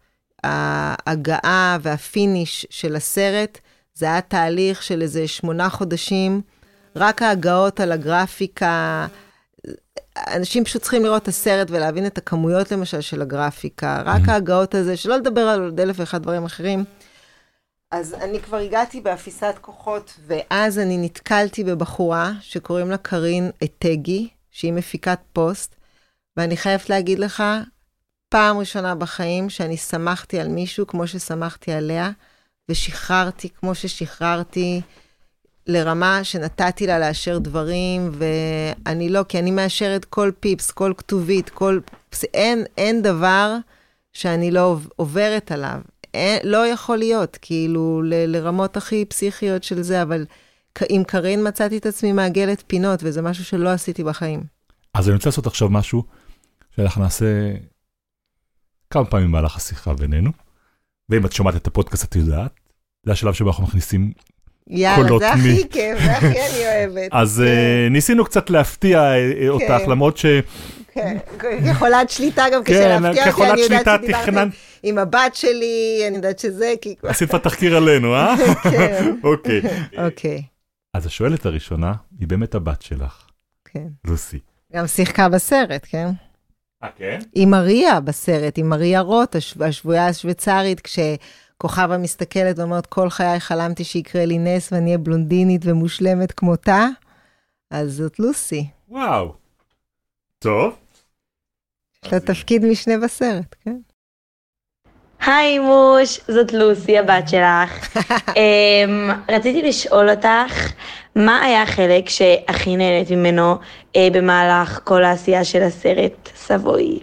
ההגעה והפיניש של הסרט, זה היה תהליך של איזה 8 חודשים, רק ההגעות על הגרפיקה, אנשים פשוט צריכים לראות את הסרט ולהבין את הכמויות למשל של הגרפיקה, רק ההגעות הזה, שלא לדבר על 1001 דברים אחרים. אז אני כבר הגעתי באפיסת כוחות, ואז אני נתקלתי בבחורה שקוראים לה קרין אתגי, שהיא מפיקת פוסט, ואני חייבת להגיד לך, פעם ראשונה בחיים שאני שמחתי על מישהו כמו ששמחתי עליה, ושחררתי כמו ששחררתי, לרמה שנתתי לה לאשר דברים, ואני לא, כי אני מאשרת כל פיפס, כל כתובית, אין דבר שאני לא עוברת עליו. לא יכול להיות, כאילו, לרמות הכי פסיכיות של זה, אבל עם קרין מצאתי את עצמי מעגלת פינות, וזה משהו שלא עשיתי בחיים. אז אני רוצה לעשות עכשיו משהו, שאנחנו נעשה כמה פעמים במהלך השיחה בינינו, ואם את שומעת את הפודקאסט, את יודעת, זה השלב שבו אנחנו מכניסים יאללה, זה הכי כיף, זה הכי אני אוהבת. אז ניסינו קצת להפתיע אותך, למרות ש... כן, יכולת שליטה גם כשלהפתיע אותי, אני יודעת שדיברתי עם הבת שלי, אני יודעת שזה... עשית פה תחקיר עלינו, אה? כן. אוקיי. אז השואלת הראשונה היא באמת הבת שלך. כן. לוסי. גם שיחקה בסרט, כן? כן? עם מריה בסרט, עם מריה רוט, השבויה השוויצרית, כשכוכבה מסתכלת ואומרת, כל חיי חלמתי שיקרה לי נס ואני אהיה בלונדינית ומושלמת כמותה, אז זאת לוסי. וואו. טוב. יש לה תפקיד משנה בסרט, כן? היי מוש, זאת לוסי, הבת שלך. רציתי לשאול אותך, מה היה החלק שהכי נהנית ממנו במהלך כל העשייה של הסרט סבוי?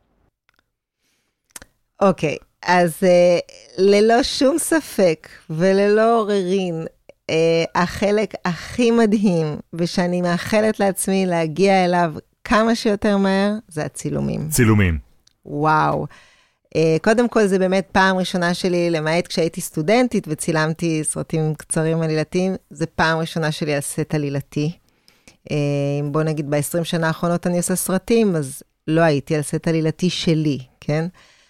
אוקיי, אז ללא שום ספק וללא עוררין, החלק הכי מדהים, ושאני מאחלת לעצמי להגיע אליו כמה שיותר מהר, זה הצילומים. צילומים. וואו. קודם כל זה באמת פעם ראשונה שלי, למעט כשהייתי סטודנטית וצילמתי סרטים קצרים עלילתיים, זה פעם ראשונה שלי על סט עלילתי. בוא נגיד ב-20 שנה האחרונות אני עושה סרטים, אז לא הייתי על סט עלילתי שלי, כן?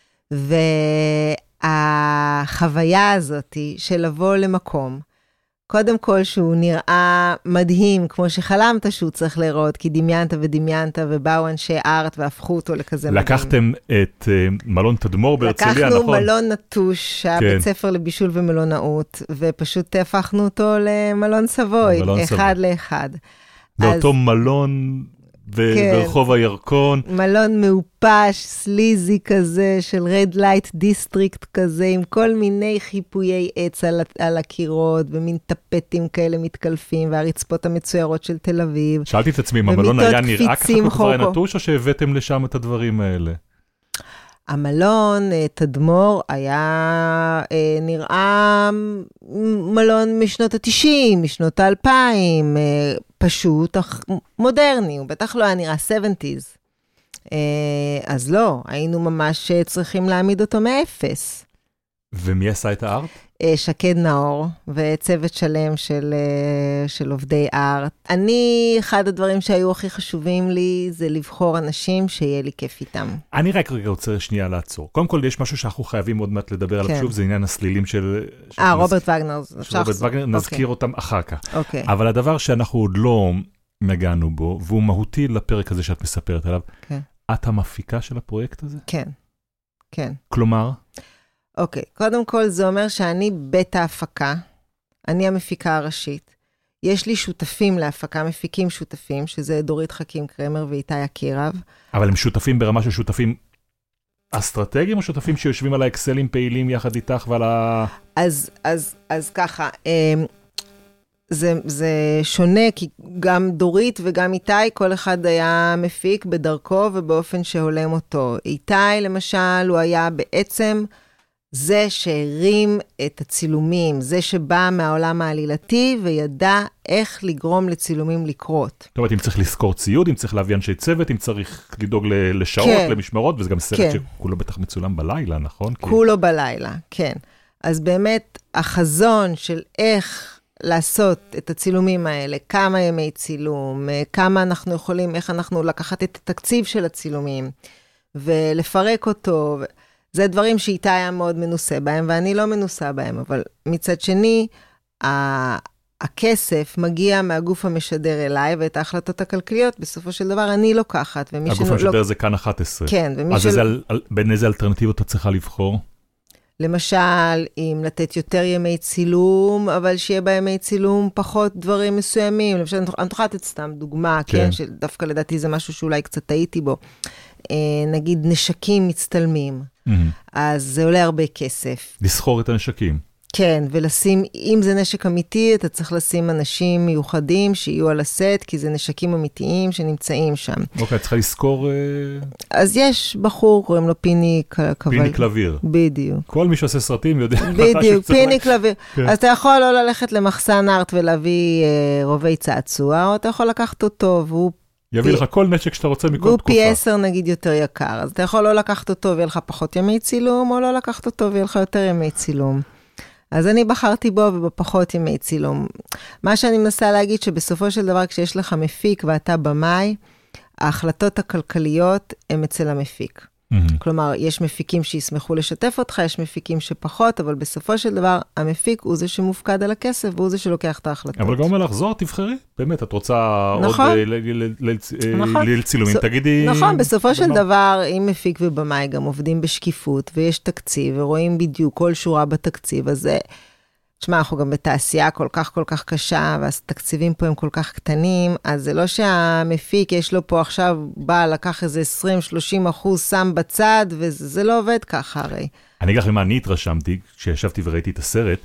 והחוויה הזאת של לבוא למקום, קודם כל שהוא נראה מדהים, כמו שחלמת שהוא צריך לראות, כי דמיינת ודמיינת, ובאו אנשי ארט והפכו אותו לכזה מדהים. לקחתם את מלון תדמור בהרצליה, נכון? לקחנו מלון נטוש, שהיה בית ספר לבישול ומלונאות, ופשוט הפכנו אותו למלון סבוי, אחד לאחד. זה אותו מלון ברחוב הירקון. מלון מאופש, סליזי כזה, של רד לייט דיסטריקט כזה, עם כל מיני חיפויי עץ על הקירות, ומין טפטים כאלה מתקלפים, והרצפות המצוירות של תל אביב. שאלתי את עצמי, אם המלון היה נראה ככה כבר נטוש, או שהבאתם לשם את הדברים האלה? המלון, תדמור, היה נראה מלון משנות ה-90, משנות ה-2000, פשוט, מודרני, הוא בטח לא היה נראה 70s. אז לא, היינו ממש צריכים להעמיד אותו מאפס. ומי עשה את הארט? שקד נאור, וצוות שלם של עובדי ארט. אחד הדברים שהיו הכי חשובים לי, זה לבחור אנשים שיהיה לי כיף איתם. אני רק רוצה שנייה לעצור. קודם כל, יש משהו שאנחנו חייבים עוד מעט לדבר עליו שוב, זה עניין הסלילים של... רוברט וגנר. רוברט וגנר, נזכיר אותם אחר כך. אוקיי. אבל הדבר שאנחנו עוד לא נגענו בו, והוא מהותי לפרק הזה שאת מספרת עליו, את המפיקה של הפרויקט הזה? כן, כן. כלומר? אוקיי, קודם כל זה אומר שאני בית ההפקה, אני המפיקה הראשית, יש לי שותפים להפקה, מפיקים שותפים, שזה דורית חכים קרמר ואיתי אקירב. אבל הם שותפים ברמה של שותפים אסטרטגיים, או שותפים שיושבים על האקסלים פעילים יחד איתך ועל ה... אז ככה, זה שונה, כי גם דורית וגם איתי, כל אחד היה מפיק בדרכו ובאופן שהולם אותו. איתי למשל, הוא היה בעצם... זה שהרים את הצילומים, זה שבא מהעולם העלילתי וידע איך לגרום לצילומים לקרות. זאת אומרת, אם צריך לזכור ציוד, אם צריך להביא אנשי צוות, אם צריך לדאוג לשעות, כן. למשמרות, וזה גם סרט כן. שכולו בטח מצולם בלילה, נכון? כולו בלילה, כן. אז באמת, החזון של איך לעשות את הצילומים האלה, כמה ימי צילום, כמה אנחנו יכולים, איך אנחנו לקחת את התקציב של הצילומים, ולפרק אותו, זה דברים שאיתי היה מאוד מנוסה בהם, ואני לא מנוסה בהם, אבל מצד שני, הכסף מגיע מהגוף המשדר אליי, ואת ההחלטות הכלכליות, בסופו של דבר אני לוקחת. הגוף המשדר זה כאן 11. כן. אז בין איזה אלטרנטיבות את צריכה לבחור? למשל, אם לתת יותר ימי צילום, אבל שיהיה בימי צילום פחות דברים מסוימים. למשל, אני תוכל לתת סתם דוגמה, כן, שדווקא לדעתי זה משהו שאולי קצת טעיתי בו. נגיד נשקים מצטלמים. אז זה עולה הרבה כסף. לסחור את הנשקים. כן, ולשים, אם זה נשק אמיתי, אתה צריך לשים אנשים מיוחדים שיהיו על הסט, כי זה נשקים אמיתיים שנמצאים שם. אוקיי, צריכה לזכור... אז יש בחור, קוראים לו פיני קלביר. בדיוק. כל מי שעושה סרטים יודע... בדיוק, פיני קלביר. אז אתה יכול לא ללכת למחסן ארט ולהביא רובי צעצוע, או אתה יכול לקחת אותו, והוא... יביא לך כל נשק שאתה רוצה מכל והוא תקופה. פי 10 נגיד יותר יקר. אז אתה יכול לא לקחת אותו ויהיה לך פחות ימי צילום, או לא לקחת אותו ויהיה לך יותר ימי צילום. אז אני בחרתי בו ובפחות ימי צילום. מה שאני מנסה להגיד שבסופו של דבר כשיש לך מפיק ואתה במאי, ההחלטות הכלכליות הן אצל המפיק. כלומר, יש מפיקים שישמחו לשתף אותך, יש מפיקים שפחות, אבל בסופו של דבר, המפיק הוא זה שמופקד על הכסף, והוא זה שלוקח את ההחלטות. אבל גם לחזור, תבחרי. באמת, את רוצה עוד ליל צילומים, תגידי... נכון, בסופו של דבר, אם מפיק ובמאי גם עובדים בשקיפות, ויש תקציב, ורואים בדיוק כל שורה בתקציב, אז זה... תשמע, אנחנו גם בתעשייה כל כך קשה, והתקציבים פה הם כל כך קטנים, אז זה לא שהמפיק יש לו פה עכשיו, בא לקח איזה 20-30% שם בצד, וזה לא עובד ככה הרי. אני אגיד לך למה אני התרשמתי, כשישבתי וראיתי את הסרט,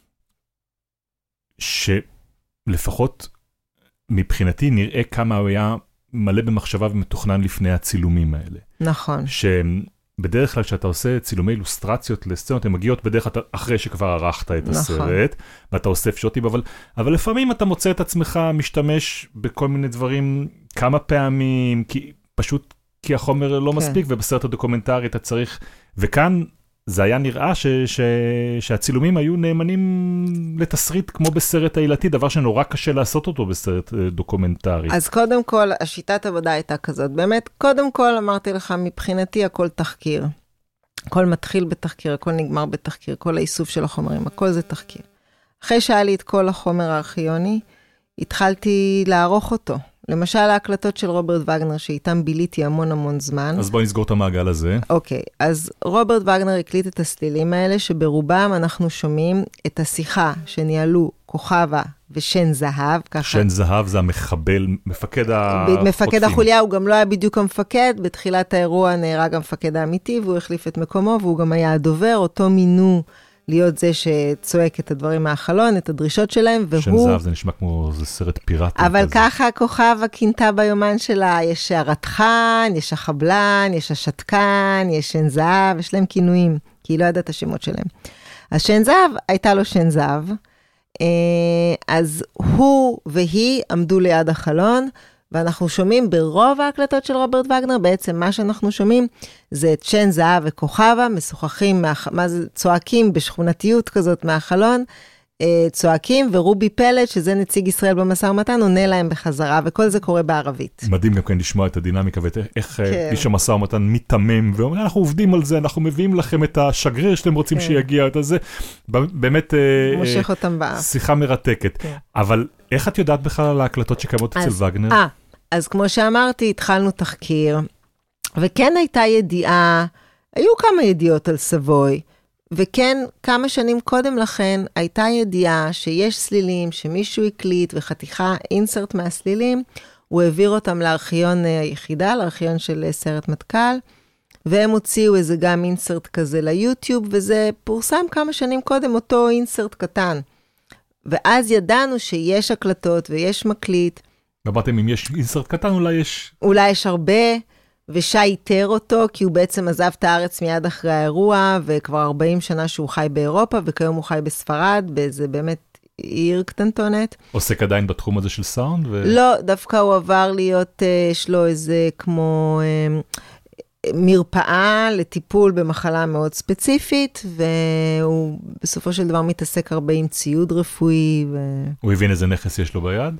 שלפחות מבחינתי נראה כמה הוא היה מלא במחשבה ומתוכנן לפני הצילומים האלה. נכון. בדרך כלל כשאתה עושה צילומי אילוסטרציות לסצנות, הן מגיעות בדרך כלל אחרי שכבר ערכת את הסרט, ואתה אוסף שוטים, אבל לפעמים אתה מוצא את עצמך משתמש בכל מיני דברים כמה פעמים, פשוט כי החומר לא מספיק, ובסרט הדוקומנטרי אתה צריך, וכאן זה היה נראה שהצילומים היו נאמנים לתסריט כמו בסרט העילתי, דבר שנורא קשה לעשות אותו בסרט דוקומנטרי. אז קודם כל, השיטת עבודה הייתה כזאת. באמת, קודם כל אמרתי לך, מבחינתי הכל תחקיר. הכל מתחיל בתחקיר, הכל נגמר בתחקיר, כל האיסוף של החומרים, הכל זה תחקיר. אחרי שהיה לי את כל החומר הארכיוני, התחלתי לערוך אותו. למשל, ההקלטות של רוברט וגנר, שאיתם ביליתי המון זמן. אז בואי נסגור את המעגל הזה. אוקיי, אז רוברט וגנר הקליט את הסלילים האלה, שברובם אנחנו שומעים את השיחה שניהלו כוכבה ושן זהב. שן זהב זה המחבל, מפקד החוטפים. מפקד החוליה, הוא גם לא היה בדיוק המפקד, בתחילת האירוע נהרג המפקד האמיתי, והוא החליף את מקומו, והוא גם היה הדובר, אותו מינו להיות זה שצועק את הדברים מהחלון, את הדרישות שלהם, והוא... שן זהב זה נשמע כמו זה סרט פיראטי. אבל ככה כוכבה כינתה ביומן שלה, יש הרתחן, יש החבלן, יש השתקן, יש שן זהב, יש להם כינויים, כי היא לא ידעה את השמות שלהם. אז שן זהב, הייתה לו שן זהב, אז הוא והיא עמדו ליד החלון, ואנחנו שומעים ברוב ההקלטות של רוברט וגנר, בעצם מה שאנחנו שומעים זה את שן זהב וכוכבה, משוחחים, צועקים בשכונתיות כזאת מהחלון, צועקים, ורובי פלט, שזה נציג ישראל במשא ומתן, עונה להם בחזרה, וכל זה קורה בערבית. מדהים גם כן לשמוע את הדינמיקה, ואיך איש המשא ומתן מתמם, ואומר, אנחנו עובדים על זה, אנחנו מביאים לכם את השגריר שאתם רוצים שיגיע, את זה, באמת מושך אותם באף. שיחה מרתקת. אבל איך את יודעת בכלל על ההקלטות שקיימות אצל וגנר? אז כמו שאמרתי, התחלנו תחקיר, וכן הייתה ידיעה, היו כמה ידיעות על סבוי, וכן, כמה שנים קודם לכן, הייתה ידיעה שיש סלילים שמישהו הקליט וחתיכה אינסרט מהסלילים, הוא העביר אותם לארכיון היחידה, לארכיון של סרט מטכ"ל, והם הוציאו איזה גם אינסרט כזה ליוטיוב, וזה פורסם כמה שנים קודם אותו אינסרט קטן. ואז ידענו שיש הקלטות ויש מקליט. ואמרתם, אם יש אינסרט קטן, אולי יש הרבה, ושי איתר אותו, כי הוא בעצם עזב את הארץ מיד אחרי האירוע, וכבר 40 שנה שהוא חי באירופה, וכיום הוא חי בספרד, באיזה באמת עיר קטנטונת. עוסק עדיין בתחום הזה של סאונד? לא, דווקא הוא עבר להיות, יש לו איזה כמו מרפאה לטיפול במחלה מאוד ספציפית, והוא בסופו של דבר מתעסק הרבה עם ציוד רפואי. הוא הבין איזה נכס יש לו ביד?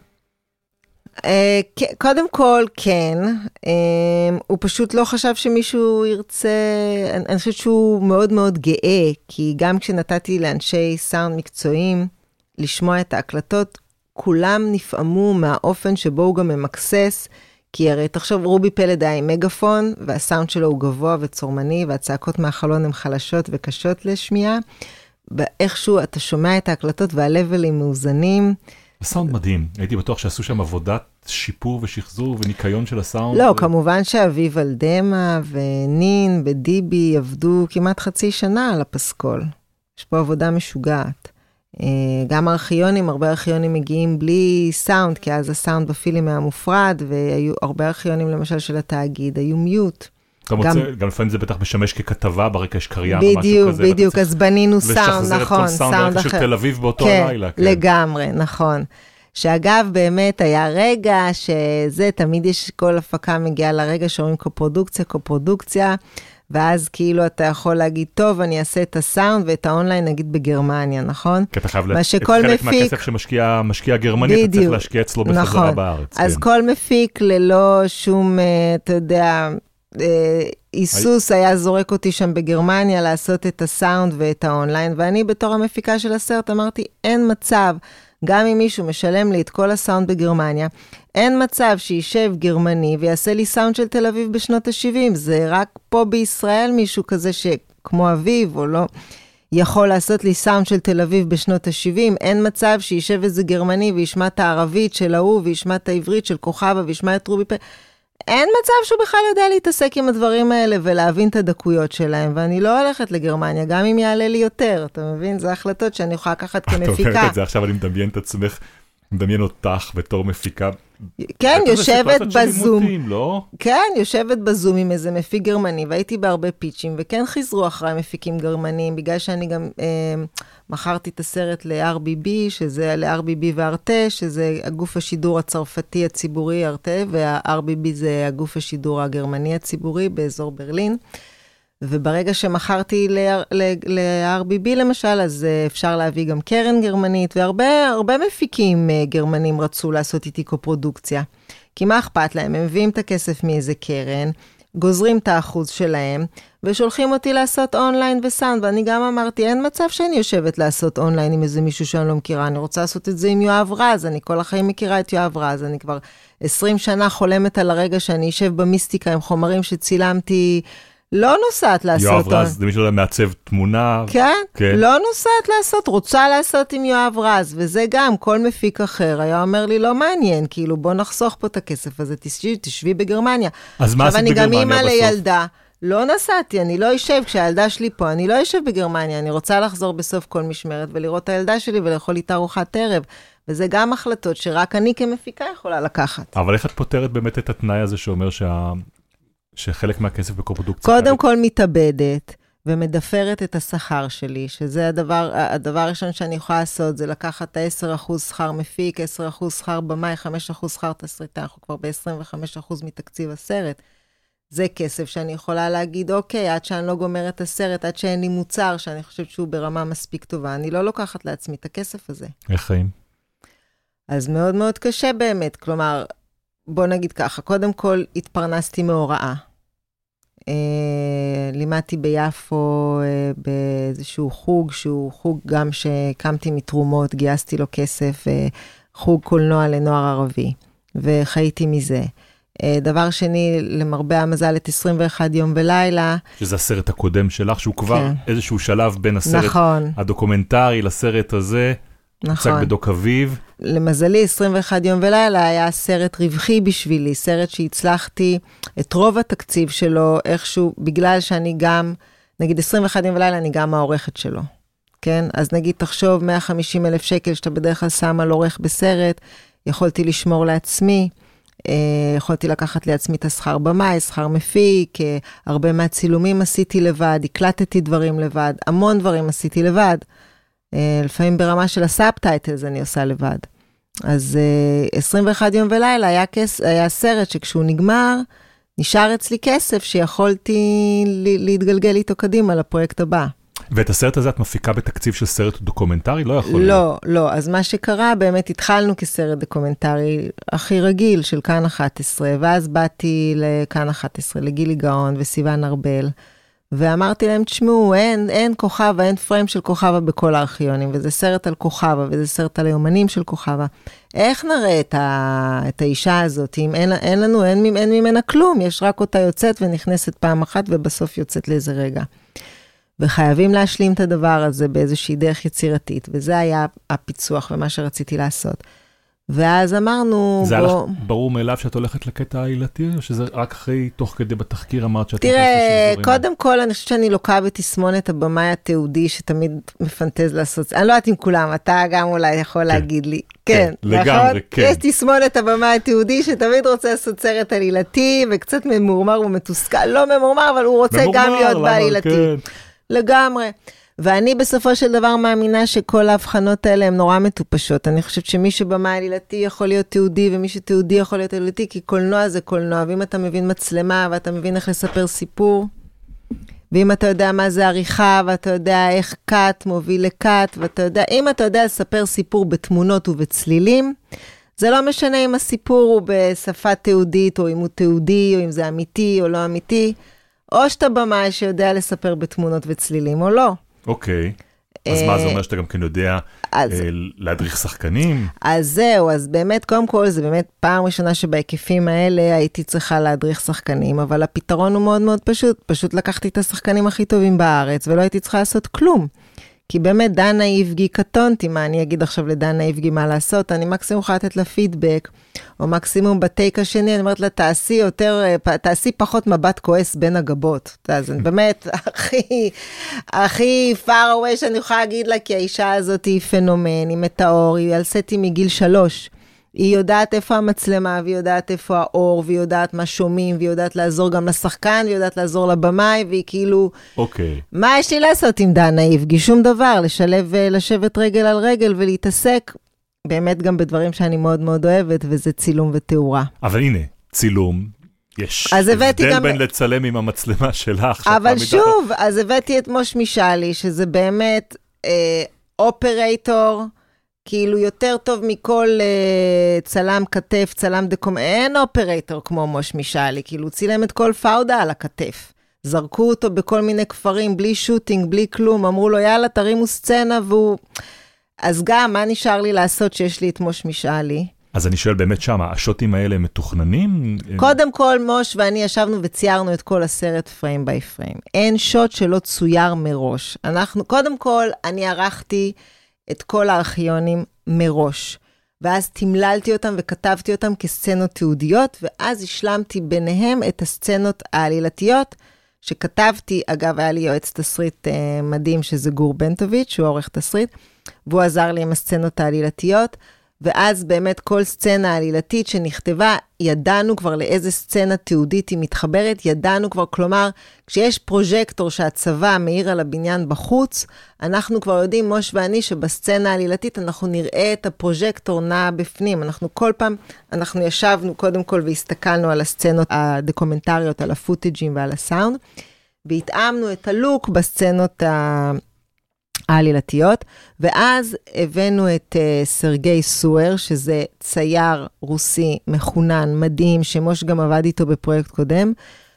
קודם כל, כן. הוא פשוט לא חשב שמישהו ירצה, אני חושבת שהוא מאוד מאוד גאה, כי גם כשנתתי לאנשי סאונד מקצועיים לשמוע את ההקלטות, כולם נפעמו מהאופן שבו הוא גם ממקסס, כי הרי תחשוב, רובי פלד היה עם מגפון, והסאונד שלו הוא גבוה וצורמני, והצעקות מהחלון הן חלשות וקשות לשמיעה, ואיכשהו אתה שומע את ההקלטות והלבלים מאוזנים, הסאונד מדהים, הייתי בטוח שעשו שם עבודת שיפור ושחזור וניקיון של הסאונד. לא, כמובן שאביב אלדמה ונין ודיבי עבדו כמעט חצי שנה על הפסקול. יש פה עבודה משוגעת. גם ארכיונים, הרבה ארכיונים מגיעים בלי סאונד, כי אז הסאונד בפילים היה מופרד, והיו הרבה ארכיונים למשל של התאגיד, היו מיוט. גם לפעמים זה בטח משמש ככתבה, ברקע יש קריין או משהו כזה. בדיוק, אז בנינו סאונד, נכון, סאונד אחר. של תל אביב באותו הלילה. כן, לגמרי, נכון. שאגב, באמת היה רגע שזה, תמיד יש כל הפקה מגיעה לרגע שאומרים קופרודוקציה, ואז כאילו אתה יכול להגיד, טוב, אני אעשה את הסאונד ואת האונליין, נגיד בגרמניה, נכון? כי אתה חייב את חלק מהכסף שמשקיע גרמני, אתה צריך להשקיע אצלו בחזרה בארץ. אז כל מפיק ללא שום, אתה יודע, איסוס היה זורק אותי שם בגרמניה לעשות את הסאונד ואת האונליין, ואני בתור המפיקה של הסרט אמרתי, אין מצב, גם אם מישהו משלם לי את כל הסאונד בגרמניה, אין מצב שישב גרמני ויעשה לי סאונד של תל אביב בשנות ה-70, זה רק פה בישראל מישהו כזה שכמו אביב או לא, יכול לעשות לי סאונד של תל אביב בשנות ה-70, אין מצב שישב איזה גרמני וישמע את הערבית של ההוא, וישמע את העברית של כוכבה, וישמע את רובי פה, אין מצב שהוא בכלל יודע להתעסק עם הדברים האלה ולהבין את הדקויות שלהם, ואני לא הולכת לגרמניה, גם אם יעלה לי יותר, אתה מבין? זה החלטות שאני יכולה לקחת כמפיקה. את אומרת את זה, עכשיו אני מדמיין את עצמך, מדמיין אותך בתור מפיקה. כן, יושבת בזום. לא? כן, יושבת בזום עם איזה מפיק גרמני, והייתי בהרבה פיצ'ים, וכן חיזרו אחרי מפיקים גרמניים, בגלל שאני גם מכרתי את הסרט ל-RBB, שזה ל-RBB וארטה, שזה הגוף השידור הצרפתי הציבורי ארטה, וה-RBB זה הגוף השידור הגרמני הציבורי באזור ברלין. וברגע שמכרתי ל-RBB למשל, אז אפשר להביא גם קרן גרמנית, והרבה מפיקים גרמנים רצו לעשות איתי קופרודוקציה. כי מה אכפת להם? הם מביאים את הכסף מאיזה קרן, גוזרים את האחוז שלהם, ושולחים אותי לעשות אונליין וסאונד, ואני גם אמרתי, אין מצב שאני יושבת לעשות אונליין עם איזה מישהו שאני לא מכירה, אני רוצה לעשות את זה עם יואב רז, אני כל החיים מכירה את יואב רז, אני כבר 20 שנה חולמת על הרגע שאני אשב במיסטיקה עם חומרים שצילמתי, לא נוסעת לעשות. יואב רז, זה מישהו מעצב תמונה. כן, לא נוסעת לעשות, רוצה לעשות עם יואב רז, וזה גם, כל מפיק אחר היה אומר לי, לא מעניין, כאילו בוא נחסוך פה את הכסף הזה, תשבי בגרמניה. אז מה עשית בגרמניה בסוף? עכשיו אני גם אימא לילדה, לא נסעתי, אני לא אשב, כשהילדה שלי פה, אני לא אשב בגרמניה, אני רוצה לחזור בסוף כל משמרת, ולראות את הילדה שלי, ולאכול איתה ארוחת ערב, וזה גם החלטות שרק אני כמפיקה יכולה לקחת. אבל איך את פותרת באמת את התנאי הזה שאומר שחלק מהכסף בקופרודוקציה? קודם כל מתאבדת, ומדפרת את השכר שלי, שזה הדבר הראשון שאני יכולה לעשות, זה לקחת את 10% שכר מפיק, 10% שכר במאי, 5% שכר תסריטה, אנחנו כבר ב-25% מתקציב הסרט. זה כסף שאני יכולה להגיד, אוקיי, עד שאני לא גומרת את הסרט, עד שאין לי מוצר, שאני חושבת שהוא ברמה מספיק טובה, אני לא לוקחת לעצמי את הכסף הזה. איך חיים? אז מאוד מאוד קשה באמת, כלומר, בוא נגיד ככה, קודם כל התפרנסתי מהוראה. לימדתי ביפו באיזשהו חוג, שהוא חוג גם שקמתי מתרומות, גייסתי לו כסף, חוג קולנוע לנוער ערבי, וחייתי מזה. דבר שני, למרבה המזל, את 21 יום ולילה. שזה הסרט הקודם שלך, שהוא כבר איזשהו שלב בין הסרט הדוקומנטרי לסרט הזה. נכון. צג בדוק אביב. למזלי, 21 יום ולילה היה סרט רווחי בשבילי, סרט שהצלחתי את רוב התקציב שלו, איכשהו, בגלל שאני גם, נגיד 21 יום ולילה, אני גם העורכת שלו. כן? אז נגיד, תחשוב 150,000 שקל שאתה בדרך כלל שם על עורך בסרט, יכולתי לשמור לעצמי, יכולתי לקחת לעצמי את השכר במאי, שכר מפיק, הרבה מהצילומים עשיתי לבד, הקלטתי דברים לבד, המון דברים עשיתי לבד. לפעמים ברמה של הסאבטייטלס אני עושה לבד. אז 21 יום ולילה היה סרט שכשהוא נגמר, נשאר אצלי כסף שיכולתי להתגלגל איתו קדימה לפרויקט הבא. ואת הסרט הזה את מפיקה בתקציב של סרט דוקומנטרי? לא יכול להיות. לא. אז מה שקרה, באמת התחלנו כסרט דוקומנטרי הכי רגיל של כאן 11, ואז באתי לכאן 11, לגילי גאון וסיוון ארבל, ואמרתי להם, תשמעו, אין כוכבה, אין פריים של כוכבה בכל הארכיונים, וזה סרט על כוכבה, וזה סרט על היומנים של כוכבה. איך נראה את האישה הזאת, אם אין ממנה כלום, יש רק אותה יוצאת ונכנסת פעם אחת, ובסוף יוצאת לאיזה רגע. וחייבים להשלים את הדבר הזה באיזושהי דרך יצירתית, וזה היה הפיצוח ומה שרציתי לעשות. ואז אמרנו... זה הלך ברור מאליו שאת הולכת לקטע העילתי, או שזה רק אחרי, תוך כדי בתחקיר אמרת שאת הולכת תראה, קודם כל אני חושבת שאני לוקה בתסמונת הבמאי התיעודי, שתמיד מפנטז לעשות, אני לא יודעת עם כולם, אתה גם אולי יכול להגיד לי. כן, לגמרי, כן. יש תסמונת הבמאי התיעודי, שתמיד רוצה לעשות סרט עלילתי, וקצת ממורמר ומתוסכל, לא ממורמר, אבל הוא רוצה גם להיות בעלילתי. לגמרי. ואני בסופו של דבר מאמינה שכל ההבחנות האלה הן נורא מטופשות. אני חושבת שמי שבמה עלילתי יכול להיות תיעודי, ומי שתיעודי יכול להיות עלילתי, כי קולנוע זה קולנוע. ואם אתה מבין מצלמה, ואתה מבין איך לספר סיפור, ואם אתה יודע מה זה עריכה, ואתה יודע איך קאט מוביל לקאט, ואתה יודע, אם אתה יודע לספר סיפור בתמונות ובצלילים, זה לא משנה אם הסיפור הוא בשפה תיעודית, או אם הוא תיעודי, או אם זה אמיתי או לא אמיתי, או שאתה במאי שיודע לספר בתמונות וצלילים, או לא. אוקיי. אז מה זה אומר שאתה גם כן יודע להדריך שחקנים? אז זהו, אז באמת, קודם כל, זה באמת פעם ראשונה שבהיקפים האלה הייתי צריכה להדריך שחקנים, אבל הפתרון הוא מאוד מאוד פשוט. פשוט לקחתי את השחקנים הכי טובים בארץ, ולא הייתי צריכה לעשות כלום. כי באמת דנה איבגי קטונתי, מה אני אגיד עכשיו לדנה איבגי מה לעשות? אני מקסימום יכולה לתת לה פידבק, או מקסימום בטייק השני, אני אומרת לה, תעשי פחות מבט כועס בין הגבות. זה באמת הכי far away שאני יכולה להגיד לה, כי האישה הזאת היא פנומן, היא מטאור, היא על סטי מגיל 3. היא יודעת איפה המצלמה, והיא יודעת איפה האור, והיא יודעת מה שומעים, והיא יודעת לעזור גם לשחקן, והיא יודעת לעזור לבמאי, והיא כאילו... אוקיי. מה יש לי לעשות עם דנה איבגי? שום דבר, לשבת רגל על רגל ולהתעסק, באמת גם בדברים שאני מאוד מאוד אוהבת, וזה צילום ותאורה. אבל הנה, צילום, יש הבדל בין לצלם עם המצלמה שלך. אבל שוב, אז הבאתי את מוש מישאלי, שזה באמת אופרייטור, כאילו יותר טוב מכל צלם כתף, צלם דקום, אין אופרייטור כמו מוש מישאלי, כאילו צילם את כל פאודה על הכתף. זרקו אותו בכל מיני כפרים, בלי שוטינג, בלי כלום, אמרו לו יאללה תרימו סצנה, והוא... אז גם, מה נשאר לי לעשות שיש לי את מוש מישאלי? אז אני שואל באמת שמה, השוטים האלה מתוכננים? קודם כל מוש ואני ישבנו וציירנו את כל הסרט פריים ביי פריים. אין שוט שלא צויר מראש. קודם כל, אני ערכתי את כל הארכיונים מראש, ואז תמללתי אותם וכתבתי אותם כסצנות תיעודיות, ואז השלמתי ביניהם את הסצנות העלילתיות, שכתבתי, אגב, היה לי יועץ תסריט מדהים, שזה גור בנטוביץ', שהוא עורך תסריט, והוא עזר לי עם הסצנות העלילתיות, ואז באמת כל סצנה עלילתית שנכתבה, ידענו כבר לאיזה סצנה תיעודית היא מתחברת, ידענו כבר, כלומר, כשיש פרוז'קטור שהצבא מאיר על הבניין בחוץ, אנחנו כבר יודעים, מוש ואני, שבסצנה העלילתית אנחנו נראה את הפרוז'קטור נע בפנים. אנחנו כל פעם, אנחנו ישבנו קודם כל והסתכלנו על הסצנות הדוקומנטריות, על הפוטג'ים ועל הסאונד, והתאמנו את הלוק בסצנות העלילתיות, ואז הבאנו את סרגי סואר, שזה צייר רוסי מחונן, מדהים, שמוש גם עבד איתו בפרויקט קודם,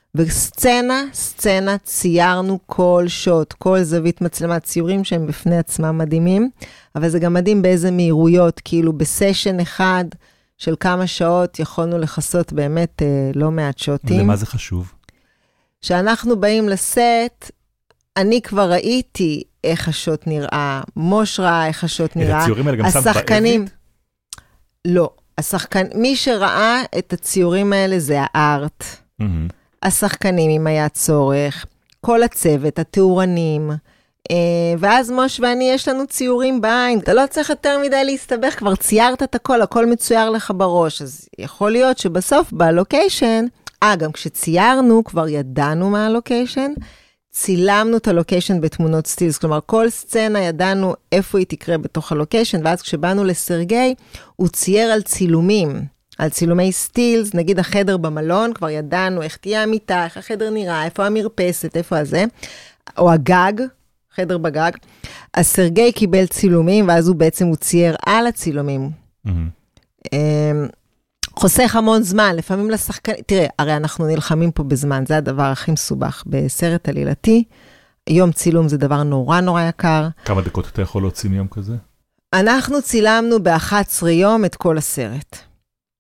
סצנה ציירנו כל שוט, כל זווית מצלמה, ציורים שהם בפני עצמם מדהימים, אבל זה גם מדהים באיזה מהירויות, כאילו בסשן אחד של כמה שעות יכולנו לחסות באמת לא מעט שוטים. ולמה זה חשוב? שאנחנו באים לסט, אני כבר ראיתי איך השוט נראה, מוש ראה איך השוט נראה. הציורים האלה גם שם באבית? לא, מי שראה את הציורים האלה זה הארט. השחקנים אם היה צורך, כל הצוות, התאורנים, ואז מוש ואני יש לנו ציורים בעין, אתה לא צריך יותר מדי להסתבך, כבר ציירת את הכל מצויר לך בראש, אז יכול להיות שבסוף בלוקיישן, גם כשציירנו כבר ידענו מה הלוקיישן, צילמנו את הלוקיישן בתמונות סטילס, כלומר כל סצנה ידענו איפה היא תקרה בתוך הלוקיישן, ואז כשבאנו לסרגי, הוא צייר על צילומים, על צילומי סטילס, נגיד החדר במלון, כבר ידענו איך תהיה המיטה, איך החדר נראה, איפה המרפסת, איפה הזה, או הגג, חדר בגג. אז סרגי קיבל צילומים, ואז הוא צייר על הצילומים. חוסך המון זמן, לפעמים לשחקן, תראה, הרי אנחנו נלחמים פה בזמן, זה הדבר הכי מסובך בסרט עלילתי, יום צילום זה דבר נורא נורא יקר. כמה דקות אתה יכול להוציא מיום כזה? אנחנו צילמנו ב-11 יום את כל הסרט.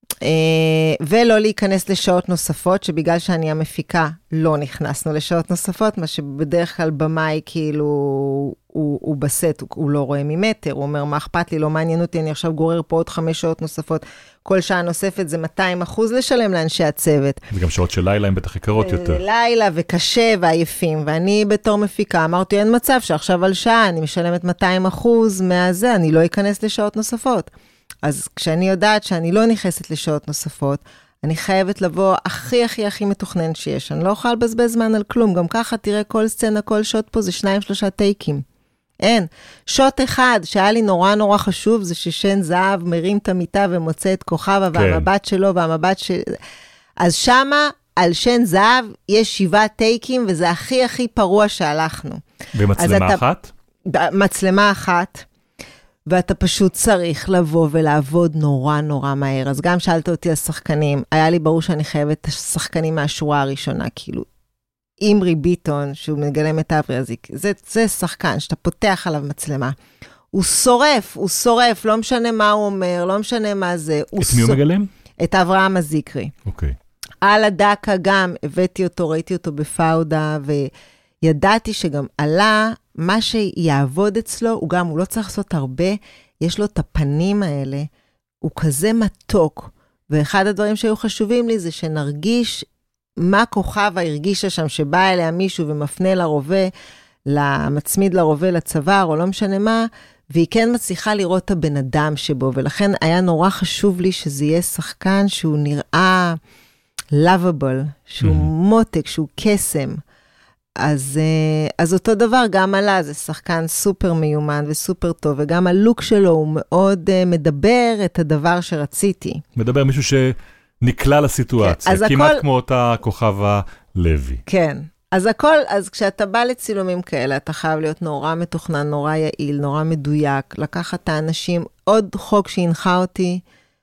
ולא להיכנס לשעות נוספות, שבגלל שאני המפיקה לא נכנסנו לשעות נוספות, מה שבדרך כלל במאי כאילו הוא בסט, הוא לא רואה ממטר, הוא אומר מה אכפת לי, לא מעניין אותי, אני עכשיו גורר פה עוד 5 שעות נוספות, כל שעה נוספת זה 200% לשלם לאנשי הצוות. וגם שעות של לילה הם בטח יקרות יותר. לילה וקשה ועייפים, ואני בתור מפיקה אמרתי, אין מצב שעכשיו על שעה אני משלמת 200% מהזה, אני לא אכנס לשעות נוספות. אז כשאני יודעת שאני לא נכנסת לשעות נוספות, אני חייבת לבוא הכי הכי הכי מתוכנן שיש. אני לא אוכל לבזבז זמן על כלום. גם ככה תראה כל סצנה, כל שוט פה זה 2-3 טייקים. אין. שוט אחד שהיה לי נורא נורא חשוב, זה ששן זהב מרים את המיטה ומוצא את כוכבה, כן. והמבט שלו והמבט של... אז שמה על שן זהב יש 7 טייקים, וזה הכי הכי פרוע שהלכנו. ומצלמה אחת? מצלמה אחת. ואתה פשוט צריך לבוא ולעבוד נורא נורא מהר. אז גם שאלת אותי על שחקנים, היה לי ברור שאני חייבת את השחקנים מהשורה הראשונה, כאילו, אימרי ביטון, שהוא מגלם את אברי אזיק, זה שחקן שאתה פותח עליו מצלמה. הוא שורף, לא משנה מה הוא אומר, לא משנה מה זה. את מי הוא מגלם? את אברהם הזיקרי. אוקיי. על הדקה גם, הבאתי אותו, ראיתי אותו בפאודה, וידעתי שגם עלה, מה שיעבוד אצלו, הוא לא צריך לעשות הרבה, יש לו את הפנים האלה, הוא כזה מתוק, ואחד הדברים שהיו חשובים לי, זה שנרגיש מה כוכבה הרגישה שם, שבא אליה מישהו ומפנה לרובה, מצמיד לרובה לצוואר, או לא משנה מה, והיא כן מצליחה לראות את הבן אדם שבו, ולכן היה נורא חשוב לי שזה יהיה שחקן שהוא נראה lovable, שהוא מותק, שהוא קסם. אז אותו דבר גם עלה, זה שחקן סופר מיומן וסופר טוב, וגם הלוק שלו הוא מאוד מדבר את הדבר שרציתי. מדבר מישהו שנקלע לסיטואציה, כן, כמעט כמו אותה כוכבה לוי. כן, אז כשאתה בא לצילומים כאלה, אתה חייב להיות נורא מתוכנן, נורא יעיל, נורא מדויק, לקחת את האנשים, עוד חוק שהנחה אותי,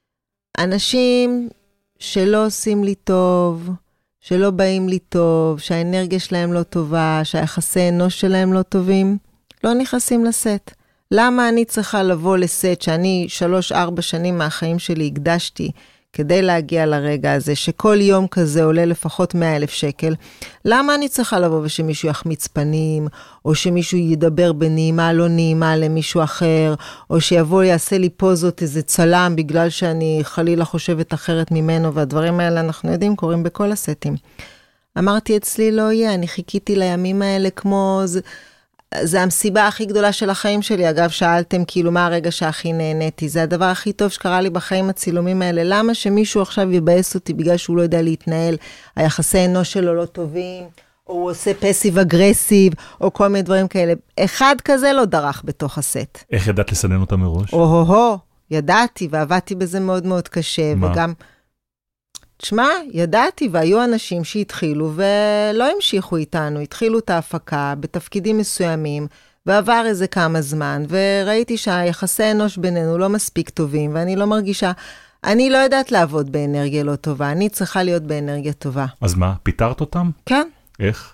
אנשים שלא עושים לי טוב, שלא באים לי טוב, שהאנרגיה שלהם לא טובה, שהיחסי אנוש שלהם לא טובים, לא נכנסים לסט. למה אני צריכה לבוא לסט שאני 3-4 שנים מהחיים שלי הקדשתי כדי להגיע לרגע הזה, שכל יום כזה עולה לפחות 100,000 שקל? למה אני צריכה לבוא ושמישהו יחמיץ פנים, או שמישהו ידבר בנעימה לא נעימה למישהו אחר, או שיבוא יעשה לי פוזות איזה צלם, בגלל שאני חלילה חושבת אחרת ממנו, והדברים האלה אנחנו יודעים קורים בכל הסטים. אמרתי אצלי לא יהיה, אני חיכיתי לימים האלה כמו... זה המסיבה הכי גדולה של החיים שלי. אגב, שאלתם כאילו מה הרגע שהכי נהניתי. זה הדבר הכי טוב שקרה לי בחיים הצילומים האלה. למה שמישהו עכשיו יבאס אותי בגלל שהוא לא יודע להתנהל, היחסי אנוש שלו לא טובים, או הוא עושה פסיב אגרסיב, או כל מיני דברים כאלה. אחד כזה לא דרך בתוך הסט. איך ידעת לסנן אותה מראש? ידעתי ועבדתי בזה מאוד מאוד קשה. מה? וגם... תשמע, ידעתי, והיו אנשים שהתחילו ולא המשיכו איתנו, התחילו את ההפקה בתפקידים מסוימים, ועבר איזה כמה זמן, וראיתי שהיחסי אנוש בינינו לא מספיק טובים, ואני לא מרגישה, אני לא יודעת לעבוד באנרגיה לא טובה, אני צריכה להיות באנרגיה טובה. אז מה, פיתרת אותם? כן. איך?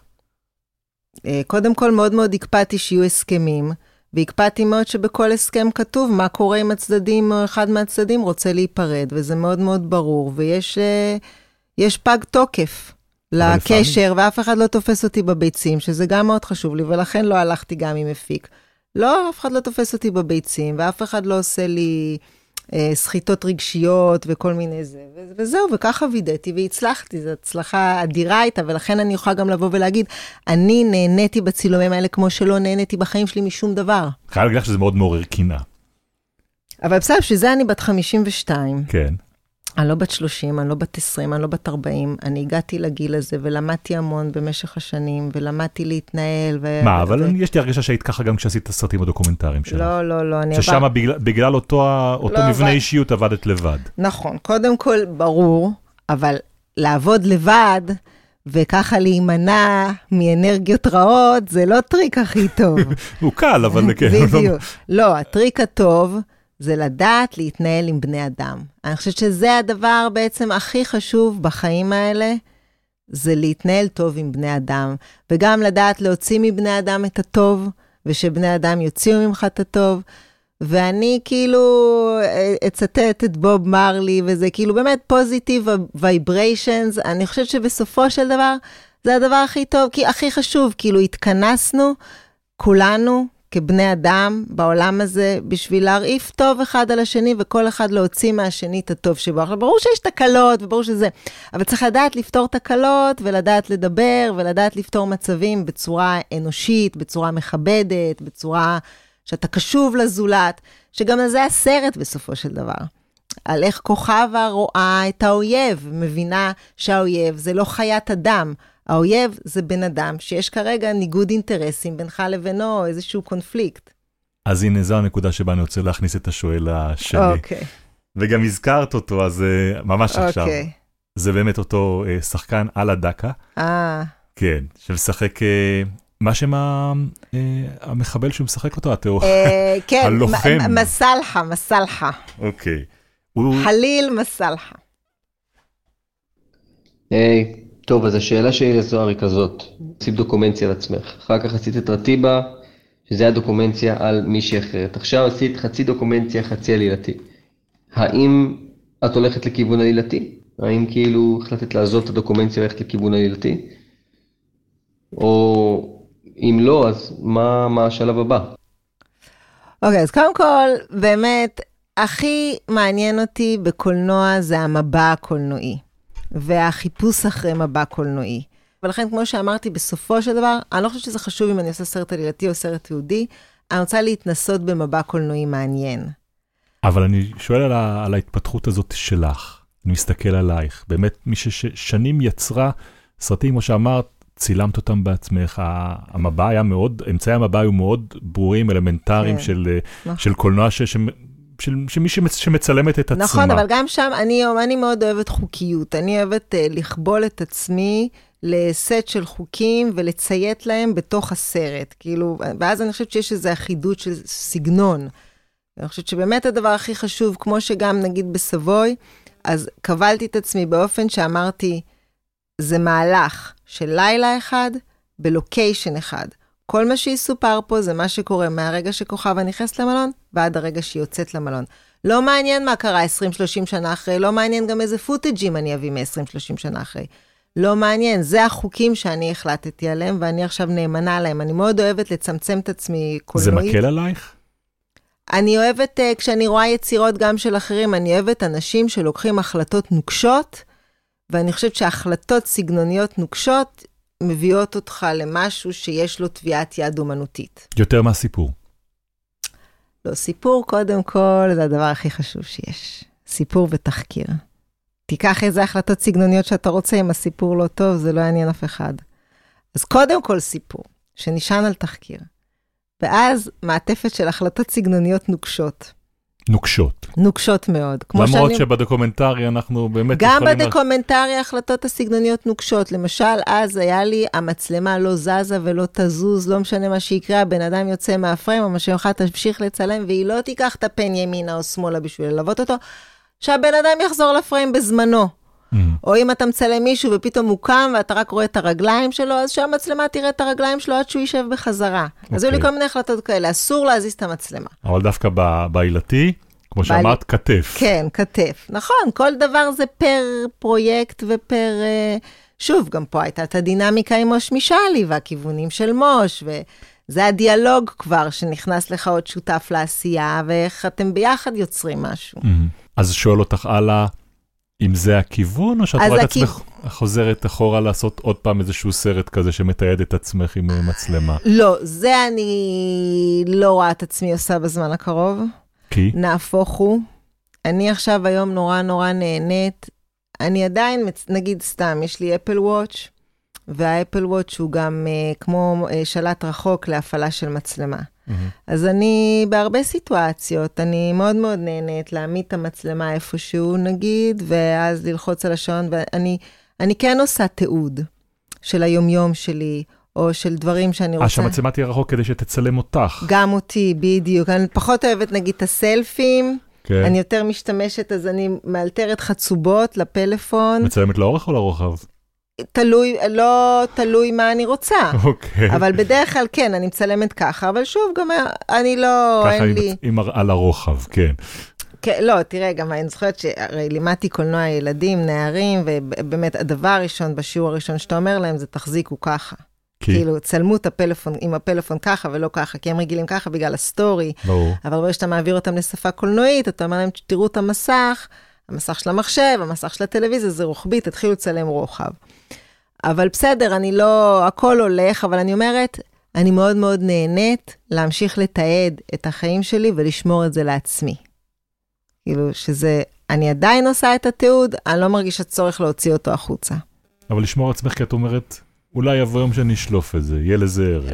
קודם כל מאוד מאוד הקפדתי שיהיו הסכמים, והקפדתי מאוד שבכל הסכם כתוב מה קורה עם הצדדים, או אחד מהצדדים רוצה להיפרד, וזה מאוד מאוד ברור, ויש פג תוקף לקשר, ואף אחד לא תופס אותי בביצים, שזה גם מאוד חשוב לי, ולכן לא הלכתי גם עם מפיק. לא, אף אחד לא תופס אותי בביצים, ואף אחד לא עושה לי סחיטות רגשיות וכל מיני זה, וזהו, וככה וידאתי והצלחתי, זו הצלחה אדירה הייתה, ולכן אני יכולה גם לבוא ולהגיד, אני נהניתי בצילומים האלה כמו שלא נהניתי בחיים שלי משום דבר. חייב להגיד לך שזה מאוד מעורר קינה. אבל בסדר, שזה אני בת 52. כן. אני לא בת 30, אני לא בת 20, אני לא בת 40. אני הגעתי לגיל הזה ולמדתי המון במשך השנים, ולמדתי להתנהל. מה, אבל יש לי הרגשה שהיית ככה גם כשעשית את הסרטים הדוקומנטריים שלך. לא. ששם בגלל אותו מבנה אישיות עבדת לבד. נכון, קודם כל ברור, אבל לעבוד לבד, וככה להימנע מאנרגיות רעות, זה לא טריק הכי טוב. הוא קל, אבל כן. בדיוק. לא, הטריק הטוב, זה לדעת להתנהל עם בני אדם. אני חושבת שזה הדבר בעצם הכי חשוב בחיים האלה, זה להתנהל טוב עם בני אדם, וגם לדעת להוציא מבני אדם את הטוב, ושבני אדם יוציאו ממך את הטוב, ואני כאילו אצטט את בוב מרלי, וזה כאילו באמת פוזיטיב וייבריישנס, אני חושבת שבסופו של דבר, זה הדבר הכי טוב, כי הכי חשוב, כאילו התכנסנו, כולנו, כבני אדם, בעולם הזה, בשביל להרעיף טוב אחד על השני, וכל אחד להוציא מהשני את הטוב שבו. עכשיו, ברור שיש תקלות, וברור שזה, אבל צריך לדעת לפתור תקלות, ולדעת לדבר, ולדעת לפתור מצבים בצורה אנושית, בצורה מכבדת, בצורה שאתה קשוב לזולת, שגם על זה הסרט בסופו של דבר. על איך כוכבה רואה את האויב, מבינה שהאויב זה לא חיית אדם, האויב זה בן אדם שיש כרגע ניגוד אינטרסים בינך לבינו, או איזשהו קונפליקט. אז הנה, זו הנקודה שבה אני רוצה להכניס את השואל השני. אוקיי. וגם הזכרת אותו, אז ממש עכשיו. אוקיי. זה באמת אותו שחקן על הדקה. כן, שמשחק, מה שמה המחבל שהוא משחק אותו, כן, הלוחם. מסלחה. אוקיי. חליל מסלחה. היי, טוב, אז השאלה שלי לזוהר היא כזאת, עשית דוקומנציה על עצמך, אחר כך עשית את רטיבה, שזה הדוקומנציה על מישהי אחרת, עכשיו עשית חצי דוקומנציה, חצי עלילתי. האם את הולכת לכיוון עלילתי? האם כאילו החלטת לעזוב את הדוקומנציה והלכת לכיוון עלילתי? או אם לא, אז מה השלב הבא? אוקיי, אז קודם כל, באמת, הכי מעניין אותי בקולנוע זה המבע הקולנועי. והחיפוש אחרי מבע קולנועי. ולכן, כמו שאמרתי, בסופו של דבר, אני לא חושבת שזה חשוב אם אני עושה סרט עלילתי או סרט תיעודי, אני רוצה להתנסות במבע קולנועי מעניין. אבל אני שואל על ההתפתחות הזאת שלך. אני מסתכל עלייך. באמת, מי ששנים יצרה סרטים, כמו שאמרת, צילמת אותם בעצמך. המבע היה מאוד, אמצעי המבע היו מאוד ברורים, אלמנטריים של קולנוע שמי שמצלמת את עצמה. נכון, אבל גם שם אני מאוד אוהבת חוקיות. אני אוהבת לכבול את עצמי לסט של חוקים ולציית להם בתוך הסרט. כאילו, ואז אני חושבת שיש איזו אחידות של סגנון. אני חושבת שבאמת הדבר הכי חשוב, כמו שגם נגיד בסבוי, אז קבלתי את עצמי באופן שאמרתי, זה מהלך של לילה אחד בלוקיישן אחד. כל מה שיסופר פה זה מה שקורה מהרגע שכוכבה נכנסת למלון, ועד הרגע שהיא יוצאת למלון. לא מעניין מה קרה 20-30 שנה אחרי, לא מעניין גם איזה פוטג'ים אני אביא מ-20-30 שנה אחרי. לא מעניין, זה החוקים שאני החלטתי עליהם, ואני עכשיו נאמנה עליהם. אני מאוד אוהבת לצמצם את עצמי קולנועית. זה מקל עלייך? אני אוהבת, כשאני רואה יצירות גם של אחרים, אני אוהבת אנשים שלוקחים החלטות נוקשות, ואני חושבת שהחלטות סגנוניות נוקשות, מביאות אותך למשהו שיש לו תביעת יד אומנותית. יותר מהסיפור. לא, סיפור קודם כל זה הדבר הכי חשוב שיש. סיפור ותחקיר. תיקח איזה החלטות סגנוניות שאתה רוצה, אם הסיפור לא טוב, זה לא יעניין אף אחד. אז קודם כל סיפור, שנשען על תחקיר. ואז מעטפת של החלטות סגנוניות נוקשות. נוקשות מאוד. למרות שבדוקומנטרי אנחנו באמת... גם בדוקומנטרי החלטות הסגנוניות נוקשות. למשל, אז היה לי, המצלמה לא זזה ולא תזוז, לא משנה מה שיקרה, הבן אדם יוצא מהפריים, או מה שיוכל תמשיך לצלם, והיא לא תיקח את הפן ימינה או שמאלה בשביל ללוות אותו, שהבן אדם יחזור לפריים בזמנו. או אם אתה מצלם מישהו ופתאום הוא קם, ואתה רק רואה את הרגליים שלו, אז שהמצלמה תראה את הרגליים שלו עד שהוא יישב בחזרה. אז היו לי כל מיני החלטות כאלה, אסור להזיז את המצלמה. אבל דווקא בעילתי, כמו שאמרת, כתף. כן, כתף. נכון, כל דבר זה פר פרויקט ופר... שוב, גם פה הייתה את הדינמיקה עם מוש מישלי, והכיוונים של מוש, וזה הדיאלוג כבר, שנכנס לך עוד שותף לעשייה, ואיך אתם ביחד יוצרים משהו. אז שואל אותך הלאה, אם זה הכיוון, או שאת רואה את עצמך חוזרת אחורה לעשות עוד פעם איזשהו סרט כזה שמתעד את עצמך עם מצלמה? לא, זה אני לא רואה את עצמי עושה בזמן הקרוב. כי? נהפוך הוא. אני עכשיו היום נורא נהנית. אני עדיין, נגיד סתם, יש לי אפל וואץ', והאפל וואץ' הוא גם כמו שלט רחוק להפעלה של מצלמה. אז אני בהרבה סיטואציות, אני מאוד מאוד נהנית להעמיד את המצלמה איפשהו נגיד, ואז ללחוץ על השעון, ואני כן עושה תיעוד של היומיום שלי, או של דברים שאני רוצה. שהמצלמה תהיה רחוק כדי שתצלם אותך. גם אותי, בדיוק. אני פחות אוהבת נגיד את הסלפים, כן. אני יותר משתמשת, אז אני מאלתרת חצובות לפלאפון. מצלמת לאורך או לרוחב? לא תלוי מה אני רוצה. אוקיי. אבל בדרך כלל כן, אני מצלמת ככה, אבל שוב, גם אני לא, אין לי... ככה על הרוחב, כן. לא, תראה, גם אני זוכרת שהרי לימדתי קולנוע ילדים, נערים, ובאמת הדבר הראשון, בשיעור הראשון שאתה אומר להם, זה תחזיקו ככה. כאילו, צלמו את הפלאפון, עם הפלאפון ככה ולא ככה, כי הם רגילים ככה בגלל הסטורי. אבל ברגע שאתה מעביר אותם לשפה קולנועית, אתה אומר להם, תראו את המסך של המחשב, המסך של הטלוויזיה, זה רוחבי, תתחילו לצלם רוחב. אבל בסדר, אני לא, הכל הולך, אבל אני אומרת, אני מאוד מאוד נהנית להמשיך לתעד את החיים שלי ולשמור את זה לעצמי. כאילו שזה, אני עדיין עושה את התיעוד, אני לא מרגיש הצורך להוציא אותו החוצה. אבל לשמור עצמך, כי את אומרת, אולי יבוא יום שאני אשלוף את זה, יהיה לזה ערך.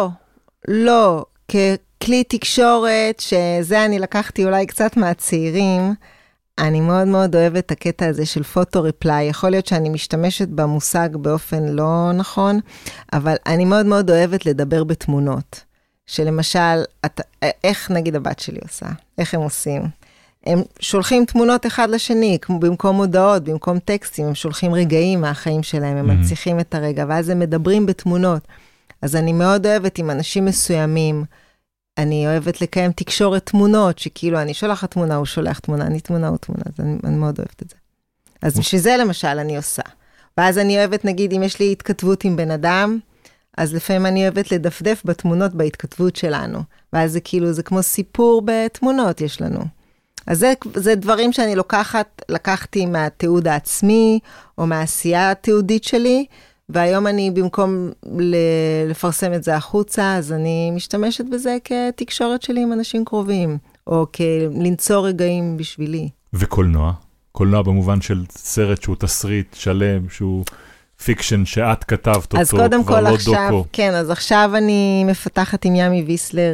לא, ככלי תקשורת, שזה אני לקחתי אולי קצת מהצעירים, אני מאוד מאוד אוהבת את הקטע הזה של פוטו-ריפליי, יכול להיות שאני משתמשת במושג באופן לא נכון, אבל אני מאוד מאוד אוהבת לדבר בתמונות, שלמשל, איך נגיד הבת שלי עושה, איך הם עושים? הם שולחים תמונות אחד לשני, במקום הודעות, במקום טקסטים, הם שולחים רגעים מהחיים שלהם, הם מנציחים את הרגע, ואז הם מדברים בתמונות. אז אני מאוד אוהבת עם אנשים מסוימים, אני אוהבת לקיים תקשורת תמונות, שכאילו אני שולחת תמונה, הוא שולח תמונה, אני תמונה, הוא תמונה, אז אני מאוד אוהבת את זה. אז בשביל זה למשל אני עושה. ואז אני אוהבת, נגיד, אם יש לי התכתבות עם בן אדם, אז לפעמים אני אוהבת לדפדף בתמונות בהתכתבות שלנו. ואז זה כאילו, זה כמו סיפור בתמונות יש לנו. אז זה דברים שאני לקחתי מהתיעוד העצמי, או מהעשייה התיעודית שלי, והיום אני במקום לפרסם את זה החוצה, אז אני משתמשת בזה כתקשורת שלי עם אנשים קרובים, או לנצור רגעים בשבילי. וקולנוע? קולנוע במובן של סרט שהוא תסריט שלם, שהוא פיקשן שאת כתבת אותו, כבר לא דוקו. כן, אז עכשיו אני מפתחת עם ימי ויסלר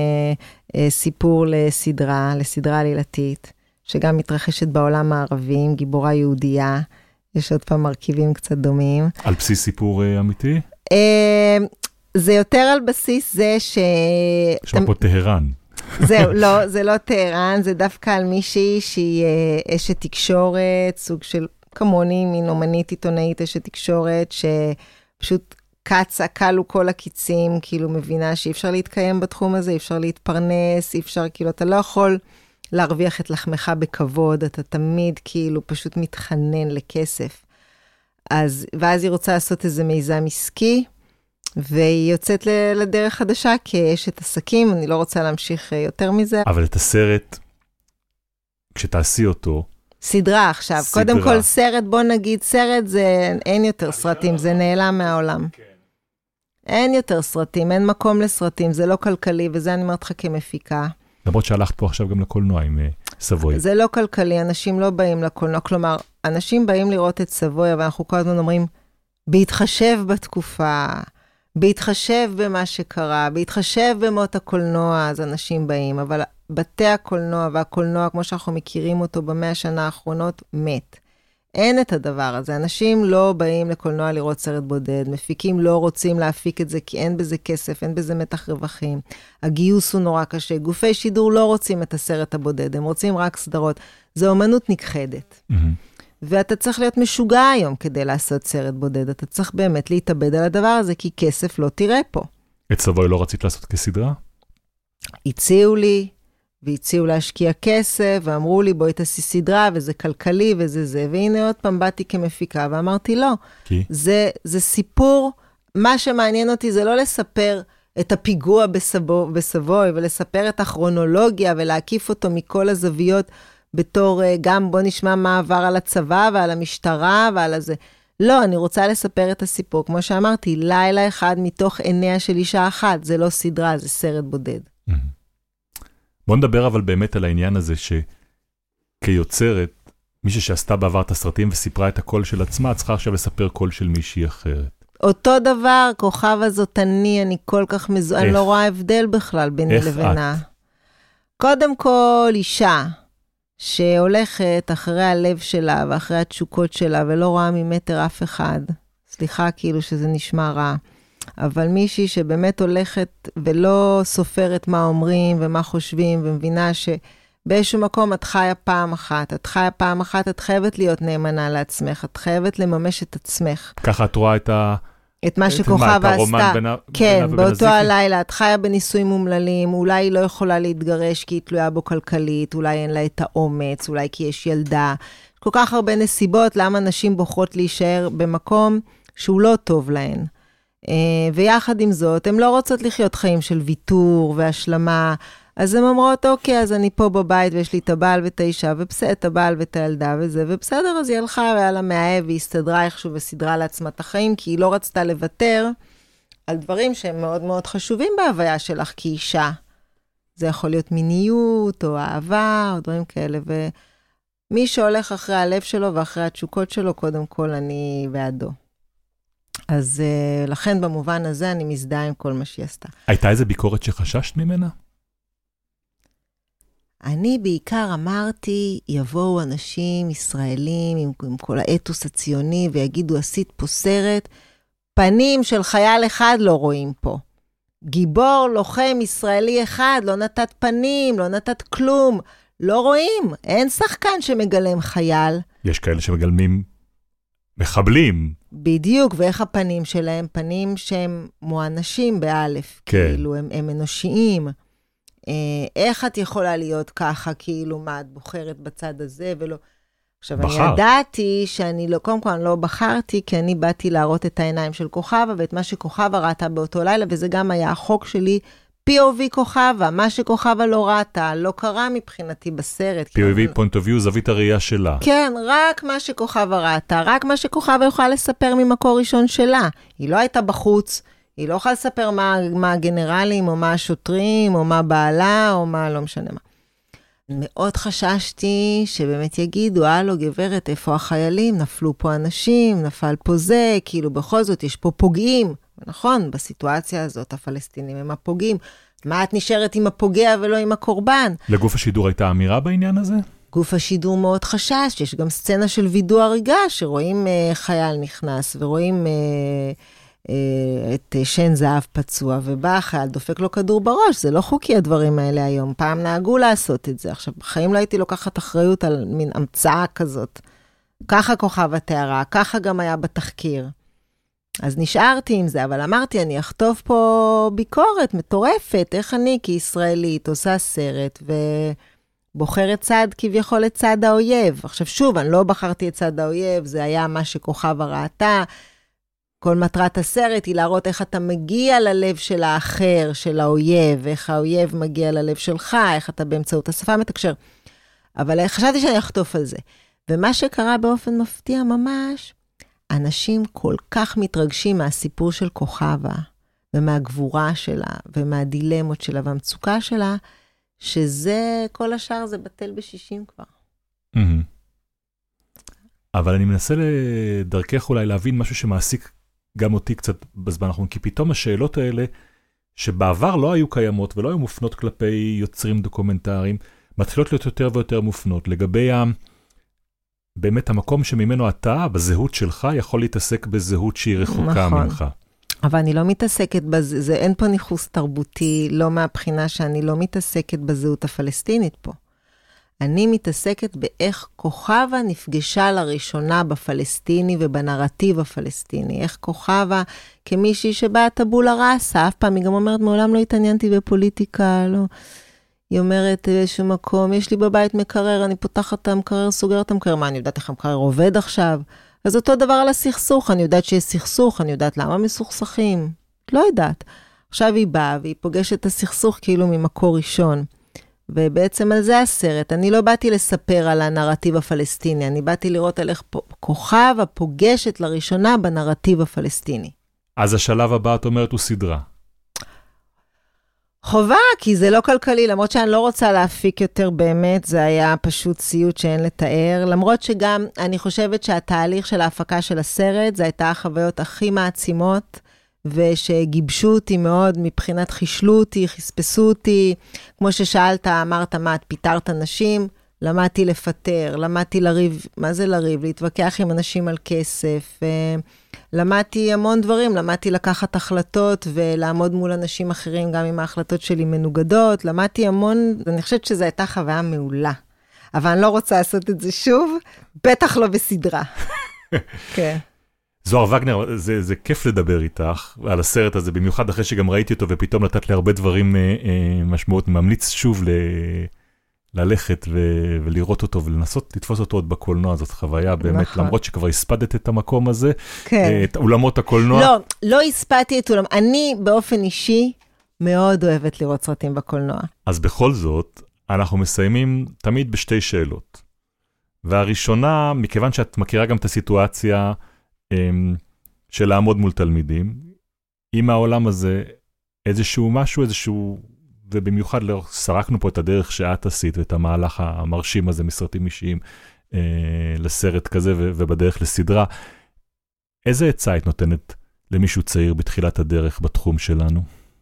סיפור לסדרה עלילתית, שגם מתרחשת בעולם הערבי, עם גיבורה יהודייה, יש עוד פעם מרכיבים קצת דומים. על בסיס סיפור אמיתי? זה יותר על בסיס זה יש פה טהרן. זהו, לא, זה לא טהרן, זה דווקא על מישהי שהיא אשת תקשורת, סוג של כמוני, מין אומנית עיתונאית אשת תקשורת, שפשוט קלו כל הקיצים, כאילו מבינה שאי אפשר להתקיים בתחום הזה, אי אפשר להתפרנס, אי אפשר, כאילו אתה לא יכול להרוויח את לחמך בכבוד, אתה תמיד כאילו פשוט מתחנן לכסף. ואז היא רוצה לעשות איזה מיזם עסקי, והיא יוצאת לדרך חדשה כאשת עסקים, אני לא רוצה להמשיך יותר מזה. אבל את הסרט, כשתעשי אותו... סדרה עכשיו. סדרה. קודם כל סרט, בוא נגיד סרט, זה אין יותר סרטים, זה נעלם מהעולם. כן. אין יותר סרטים, אין מקום לסרטים, זה לא כלכלי, וזה אני אומרת לך כמפיקה. למרות שהלכת פה עכשיו גם לקולנוע עם סבוי. זה לא כלכלי, אנשים לא באים לקולנוע, כלומר, אנשים באים לראות את סבוי, אבל אנחנו כל הזמן אומרים, בהתחשב בתקופה, בהתחשב במה שקרה, בהתחשב במות הקולנוע, אז אנשים באים, אבל בתי הקולנוע והקולנוע, כמו שאנחנו מכירים אותו ב100 שנה האחרונות, מת. אין את הדבר הזה. אנשים לא באים לקולנוע לראות סרט בודד, מפיקים לא רוצים להפיק את זה, כי אין בזה כסף, אין בזה מתח רווחים. הגיוס הוא נורא קשה. גופי שידור לא רוצים את הסרט הבודד, הם רוצים רק סדרות. זו אומנות נכחדת. ואתה צריך להיות משוגע היום כדי לעשות סרט בודד. אתה צריך באמת להתאבד על הדבר הזה, כי כסף לא תראה פה. את סבוי לא רצית לעשות כסדרה? הציעו לי, והציעו להשקיע כסף, ואמרו לי, בואי תעשי סדרה, וזה כלכלי, וזה זה. והנה עוד פעם באתי כמפיקה, ואמרתי, לא. כי? זה סיפור, מה שמעניין אותי זה לא לספר את הפיגוע בסבוי, ולספר את הכרונולוגיה, ולהקיף אותו מכל הזוויות, בתור גם בוא נשמע מה עבר על הצבא, ועל המשטרה, ועל הזה. לא, אני רוצה לספר את הסיפור. כמו שאמרתי, לילה אחד מתוך עיניה של אישה אחת, זה לא סדרה, זה סרט בודד. בוא נדבר אבל באמת על העניין הזה שכיוצרת, מישהי שעשתה בעבר את הסרטים וסיפרה את הקול של עצמה, צריכה עכשיו לספר קול של מישהי אחרת. אותו דבר, כוכב הזאת אני כל כך אני לא רואה הבדל בכלל ביני לבינה. קודם כל, אישה שהולכת אחרי הלב שלה ואחרי התשוקות שלה ולא רואה ממטר אף אחד. סליחה, כאילו שזה נשמע רע. אבל מישהי שבאמת הולכת ולא סופרת מה אומרים ומה חושבים ומבינה באיזשהו מקום את חיה פעם אחת, את חייבת להיות נאמנה לעצמך, את חייבת לממש את עצמך. ככה את רואה את מה שכוכבה עשתה. הרומן כן, באותו הלילה, את חיה בנישואים מומללים, אולי היא לא יכולה להתגרש כי היא תלויה בו כלכלית, אולי אין לה את האומץ, אולי כי יש ילדה. כל כך הרבה נסיבות למה נשים בוחרות להישאר במקום שהוא לא טוב להן. ויחד עם זאת, הן לא רוצות לחיות חיים של ויתור והשלמה, אז הן אומרות, אוקיי, אז אני פה בבית ויש לי את הבעל ואת האישה, ובסדר, את הבעל ואת הילדה וזה, ובסדר, אז היא הלכה והיה לה מאהב, והיא הסתדרה איכשהו וסדרה לעצמה את החיים, כי היא לא רצתה לוותר על דברים שהם מאוד מאוד חשובים בהוויה שלך כאישה. זה יכול להיות מיניות או אהבה או דברים כאלה, ומי שהולך אחרי הלב שלו ואחרי התשוקות שלו, קודם כל אני בעדו. אז לכן במובן הזה אני מזדהה עם כל מה שהיא עשתה. הייתה איזה ביקורת שחששת ממנה? אני בעיקר אמרתי, יבואו אנשים ישראלים עם כל האתוס הציוני ויגידו, עשית פה סרט, פנים של חייל אחד לא רואים פה. גיבור, לוחם ישראלי אחד, לא נתת פנים, לא נתת כלום, לא רואים, אין שחקן שמגלם חייל. יש כאלה שמגלמים מחבלים. בדיוק, ואיך הפנים שלהם? פנים שהם מואנשים באלף, כן. כאילו הם אנושיים. איך את יכולה להיות ככה, כאילו מה את בוחרת בצד הזה ולא... עכשיו, אני ידעתי שאני לא, קודם כל אני לא בחרתי, כי אני באתי להראות את העיניים של כוכבה, ואת מה שכוכבה ראתה באותו לילה, וזה גם היה החוק שלי, POV כוכבה, מה שכוכבה לא ראתה, לא קרה מבחינתי בסרט. POV, point of view, זווית הראייה שלה. כן, רק מה שכוכבה ראתה, רק מה שכוכבה יכולה לספר ממקור ראשון שלה. היא לא הייתה בחוץ, היא לא יכולה לספר מה הגנרלים, או מה השוטרים, או מה בעלה, או מה לא משנה מה. מאוד חששתי שבאמת יגידו, הלו גברת, איפה החיילים? נפלו פה אנשים, נפל פה זה, כאילו בכל זאת יש פה פוגעים. נכון, בסיטואציה הזאת הפלסטינים הם הפוגעים. מה את נשארת עם הפוגע ולא עם הקורבן? לגוף השידור הייתה אמירה בעניין הזה? גוף השידור מאוד חשש, יש גם סצנה של וידוא הריגה, שרואים חייל נכנס ורואים... את שן זהב פצוע, ובא החייל, דופק לו כדור בראש, זה לא חוקי הדברים האלה היום, פעם נהגו לעשות את זה, עכשיו בחיים לא הייתי לוקחת אחריות על מין המצאה כזאת, ככה כוכבה תיארה, ככה גם היה בתחקיר, אז נשארתי עם זה, אבל אמרתי, אני אכתוב פה ביקורת מטורפת, איך אני כישראלית עושה סרט, ובוחרת צד כביכול את צד האויב, עכשיו שוב, אני לא בחרתי את צד האויב, זה היה מה שכוכבה ראתה, כל מטרת הסרט היא להראות איך אתה מגיע ללב של האחר, של האויב, איך האויב מגיע ללב שלך, איך אתה באמצעות השפה מתקשר. אבל חשבתי שאני אחטוף על זה. ומה שקרה באופן מפתיע ממש, אנשים כל כך מתרגשים מהסיפור של כוכבה, ומהגבורה שלה, ומהדילמות שלה, והמצוקה שלה, שזה, כל השאר זה בטל ב-60 כבר. אבל אני מנסה לדרכך אולי להבין משהו שמעסיק גם אותי קצת בזמן האחרון, כי פתאום השאלות האלה, שבעבר לא היו קיימות ולא היו מופנות כלפי יוצרים דוקומנטריים, מתחילות להיות יותר ויותר מופנות, לגבי באמת המקום שממנו אתה, בזהות שלך, יכול להתעסק בזהות שהיא רחוקה ממך. אבל אני לא מתעסקת בזה, אין פה ניחוס תרבותי, לא מהבחינה שאני לא מתעסקת בזהות הפלסטינית פה. אני מתעסקת באיך כוכבה נפגשה לראשונה בפלסטיני ובנרטיב הפלסטיני. איך כוכבה כמישהי שבאה טבולה ראסה, אף פעם היא גם אומרת, מעולם לא התעניינתי בפוליטיקה, לא. היא אומרת באיזשהו מקום, יש לי בבית מקרר, אני פותחת את המקרר, סוגרת את המקרר, מה אני יודעת איך המקרר עובד עכשיו? אז אותו דבר על הסכסוך, אני יודעת שיש סכסוך, אני יודעת למה מסוכסכים, לא יודעת. עכשיו היא באה והיא פוגשת את הסכסוך כאילו ממקור ראשון. ובעצם על זה הסרט, אני לא באתי לספר על הנרטיב הפלסטיני, אני באתי לראות על איך כוכבה פוגשת לראשונה בנרטיב הפלסטיני. אז השלב הבא, את אומרת, הוא סדרה. חובה, כי זה לא כלכלי, למרות שאני לא רוצה להפיק יותר באמת, זה היה פשוט סיוט שאין לתאר, למרות שגם אני חושבת שהתהליך של ההפקה של הסרט, זה הייתה החוויות הכי מעצימות, ושגיבשו אותי מאוד מבחינת חישלו אותי, חספסו אותי, כמו ששאלת, אמרת מה, את פיתרת נשים? למדתי לפטר, למדתי לריב, מה זה לריב? להתווכח עם אנשים על כסף, למדתי המון דברים, למדתי לקחת החלטות ולעמוד מול אנשים אחרים, גם אם ההחלטות שלי מנוגדות, למדתי המון, אני חושבת שזו הייתה חוויה מעולה. אבל אני לא רוצה לעשות את זה שוב, בטח לא בסדרה. כן. זוהר וגנר, זה כיף לדבר איתך על הסרט הזה, במיוחד אחרי שגם ראיתי אותו, ופתאום נתת לי הרבה דברים משמעות, ממליץ שוב ללכת ולראות אותו, ולנסות לתפוס אותו עוד בקולנוע, זאת חוויה באמת, למרות שכבר הספדת את המקום הזה, את אולמות הקולנוע. לא הספדתי את אולמות, אני באופן אישי מאוד אוהבת לראות סרטים בקולנוע. אז בכל זאת, אנחנו מסיימים תמיד בשתי שאלות. והראשונה, מכיוון שאת מכירה גם את הסיטואציה של לעמוד מול תלמידים, אם העולם הזה איזשהו משהו, ובמיוחד סרקנו פה את הדרך שאת עשית, ואת המהלך המרשים הזה מסרטים אישיים לסרט כזה, ובדרך לסדרה, איזה עצה היית נותנת למישהו צעיר בתחילת הדרך בתחום שלנו?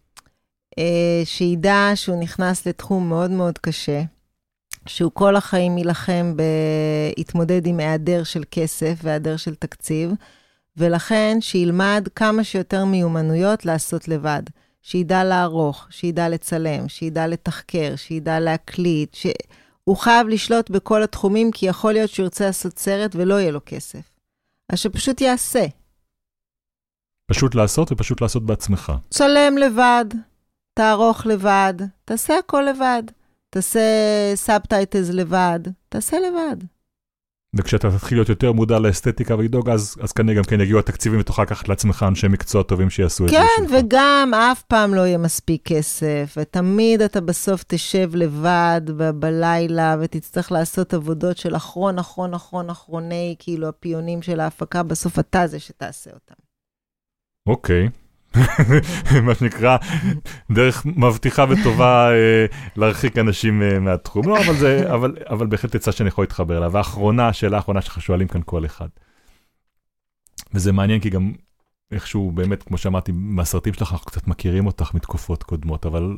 שידע שהוא נכנס לתחום מאוד מאוד קשה, שהוא כל החיים ילחם בהתמודד עם היעדר של כסף והיעדר של תקציב, ולכן שילמד כמה שיותר מיומנויות לעשות לבד. שידע לערוך, שידע לצלם, שידע לתחקר, שידע להקליט, שהוא חייב לשלוט בכל התחומים, כי יכול להיות שהוא ירצה לעשות סרט ולא יהיה לו כסף. אז שפשוט יעשה. פשוט לעשות ופשוט לעשות בעצמך. צלם לבד, תערוך לבד, תעשה הכל לבד. תעשה סאבטייטלס לבד, תעשה לבד. וכשאתה תתחיל להיות יותר מודע לאסתטיקה ולדאוג, אז כנראה גם כן יגיעו התקציבים ותוכל לקחת לעצמך אנשי מקצוע טובים שיעשו את זה. כן, וגם אף פעם לא יהיה מספיק כסף, ותמיד אתה בסוף תשב לבד בלילה, ותצטרך לעשות עבודות של אחרוני, כאילו הפיונים של ההפקה, בסוף אתה זה שתעשה אותם. אוקיי. מה שנקרא, דרך מבטיחה וטובה להרחיק אנשים מהתחום. לא, אבל בהחלט יצא שאני יכול להתחבר לה. והאחרונה, השאלה האחרונה שלך שואלים כאן כל אחד. וזה מעניין כי גם איכשהו באמת, כמו שאמרתי, מהסרטים שלך אנחנו קצת מכירים אותך מתקופות קודמות, אבל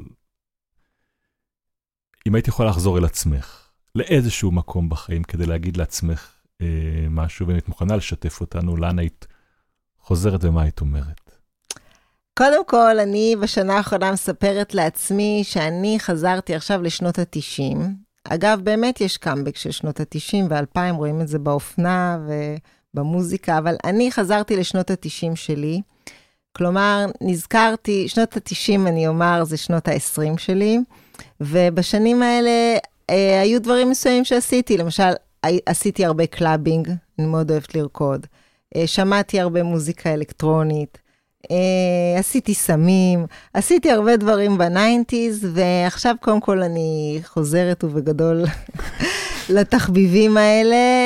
אם היית יכולה לחזור אל עצמך, לאיזשהו מקום בחיים כדי להגיד לעצמך משהו, ואם היית מוכנה לשתף אותנו, לאן היית חוזרת ומה היית אומרת? קודם כל, אני בשנה האחרונה מספרת לעצמי שאני חזרתי עכשיו לשנות ה-90. אגב, באמת יש קאמבק של שנות ה-90 ו-2000, רואים את זה באופנה ובמוזיקה, אבל אני חזרתי לשנות ה-90 שלי. כלומר, נזכרתי, שנות ה-90 אני אומר, זה שנות ה-20 שלי, ובשנים האלה היו דברים מסוימים שעשיתי. למשל, עשיתי הרבה קלאבינג, אני מאוד אוהבת לרקוד. שמעתי הרבה מוזיקה אלקטרונית. עשיתי סמים, עשיתי הרבה דברים בניינטיז, ועכשיו קודם כל אני חוזרת ובגדול לתחביבים האלה,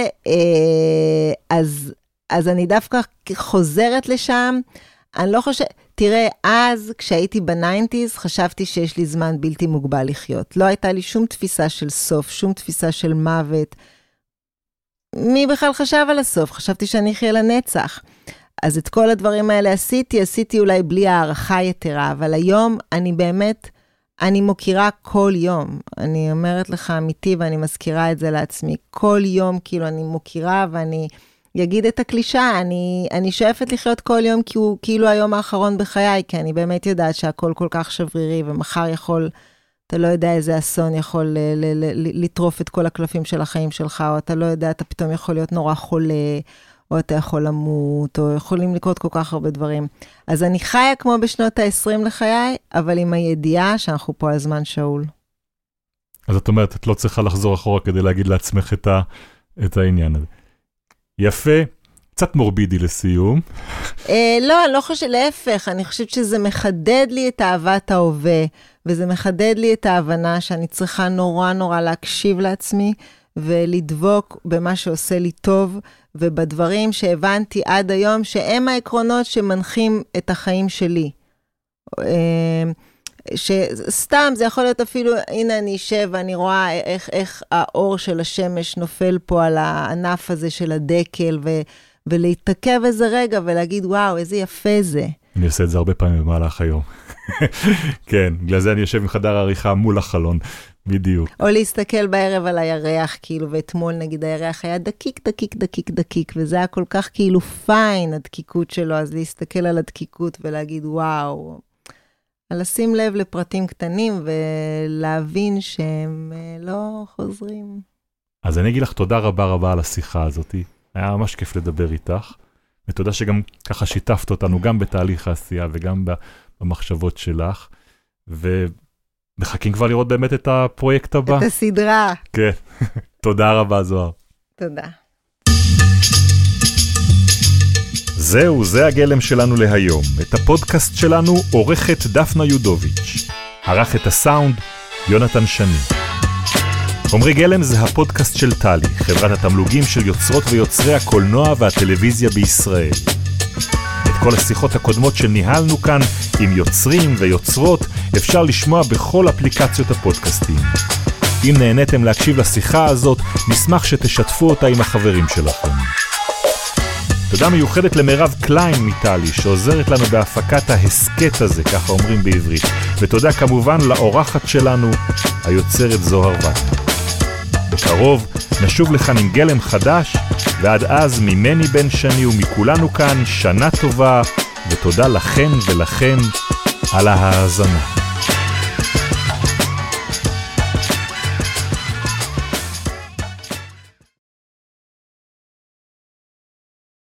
אז אני דווקא חוזרת לשם, אני לא חושבת, תראה, אז כשהייתי בניינטיז, חשבתי שיש לי זמן בלתי מוגבל לחיות, לא הייתה לי שום תפיסה של סוף, שום תפיסה של מוות, מי בכלל חשב על הסוף? חשבתי שאני אחיה לנצח. אז את כל הדברים האלה עשיתי אולי בלי הערכה יתרה, אבל היום אני באמת, אני מוכירה כל יום. אני אומרת לך אמיתי ואני מזכירה את זה לעצמי. כל יום כאילו אני מוכירה ואני אגיד את הקלישה, אני שואפת לחיות כל יום כי הוא כאילו היום האחרון בחיי, כי אני באמת יודעת שהכל כל כך שברירי ומחר יכול, אתה לא יודע איזה אסון יכול לטרוף את כל הקלפים של החיים שלך, או אתה לא יודע, אתה פתאום יכול להיות נורא חולה, או אתה יכול למות, או יכולים לקרות כל כך הרבה דברים. אז אני חיה כמו בשנות ה-20 לחיי, אבל עם הידיעה שאנחנו פה על זמן שאול. אז את אומרת, את לא צריכה לחזור אחורה כדי להגיד לעצמך את העניין הזה. יפה, קצת מורבידי לסיום. לא, אני לא חושבת, להפך, אני חושבת שזה מחדד לי את אהבת ההווה, וזה מחדד לי את ההבנה שאני צריכה נורא נורא להקשיב לעצמי, ולדבוק במה שעושה לי טוב, ובדברים שהבנתי עד היום, שהם העקרונות שמנחים את החיים שלי. שסתם, זה יכול להיות אפילו, הנה אני אשב ואני רואה איך האור של השמש נופל פה על הענף הזה של הדקל, ולהתעכב איזה רגע ולהגיד, וואו, איזה יפה זה. אני עושה את זה הרבה פעמים במהלך היום. כן, בגלל זה אני יושב עם חדר העריכה מול החלון, בדיוק. או להסתכל בערב על הירח, כאילו, ואתמול נגיד הירח היה דקיק, דקיק, דקיק, דקיק, וזה היה כל כך כאילו פיין, הדקיקות שלו, אז להסתכל על הדקיקות ולהגיד, וואו, לשים לב לפרטים קטנים ולהבין שהם לא חוזרים. אז אני אגיד לך תודה רבה רבה על השיחה הזאת. היה ממש כיף לדבר איתך, ותודה שגם ככה שיתפת אותנו גם בתהליך העשייה וגם במחשבות שלך, ומחכים כבר לראות באמת את הפרויקט הבא. את הסדרה. כן. תודה רבה, זוהר. תודה. זהו, זה הגלם שלנו להיום. את הפודקאסט שלנו עורכת דפנה יודוביץ'. ערך את הסאונד יונתן שני. חומרי גלם זה הפודקאסט של טלי, חברת התמלוגים של יוצרות ויוצרי הקולנוע והטלוויזיה בישראל. את כל השיחות הקודמות שניהלנו כאן עם יוצרים ויוצרות אפשר לשמוע בכל אפליקציות הפודקאסטים. אם נהניתם להקשיב לשיחה הזאת, נשמח שתשתפו אותה עם החברים שלכם. תודה מיוחדת למירב קליין מטלי, שעוזרת לנו בהפקת ההסקט הזה, ככה אומרים בעברית. ותודה כמובן לאורחת שלנו, היוצרת זוהר וגנר. בקרוב נשוב לכאן עם גלם חדש, ועד אז ממני בן שני ומכולנו כאן שנה טובה, ותודה לכן ולכם על ההאזנה.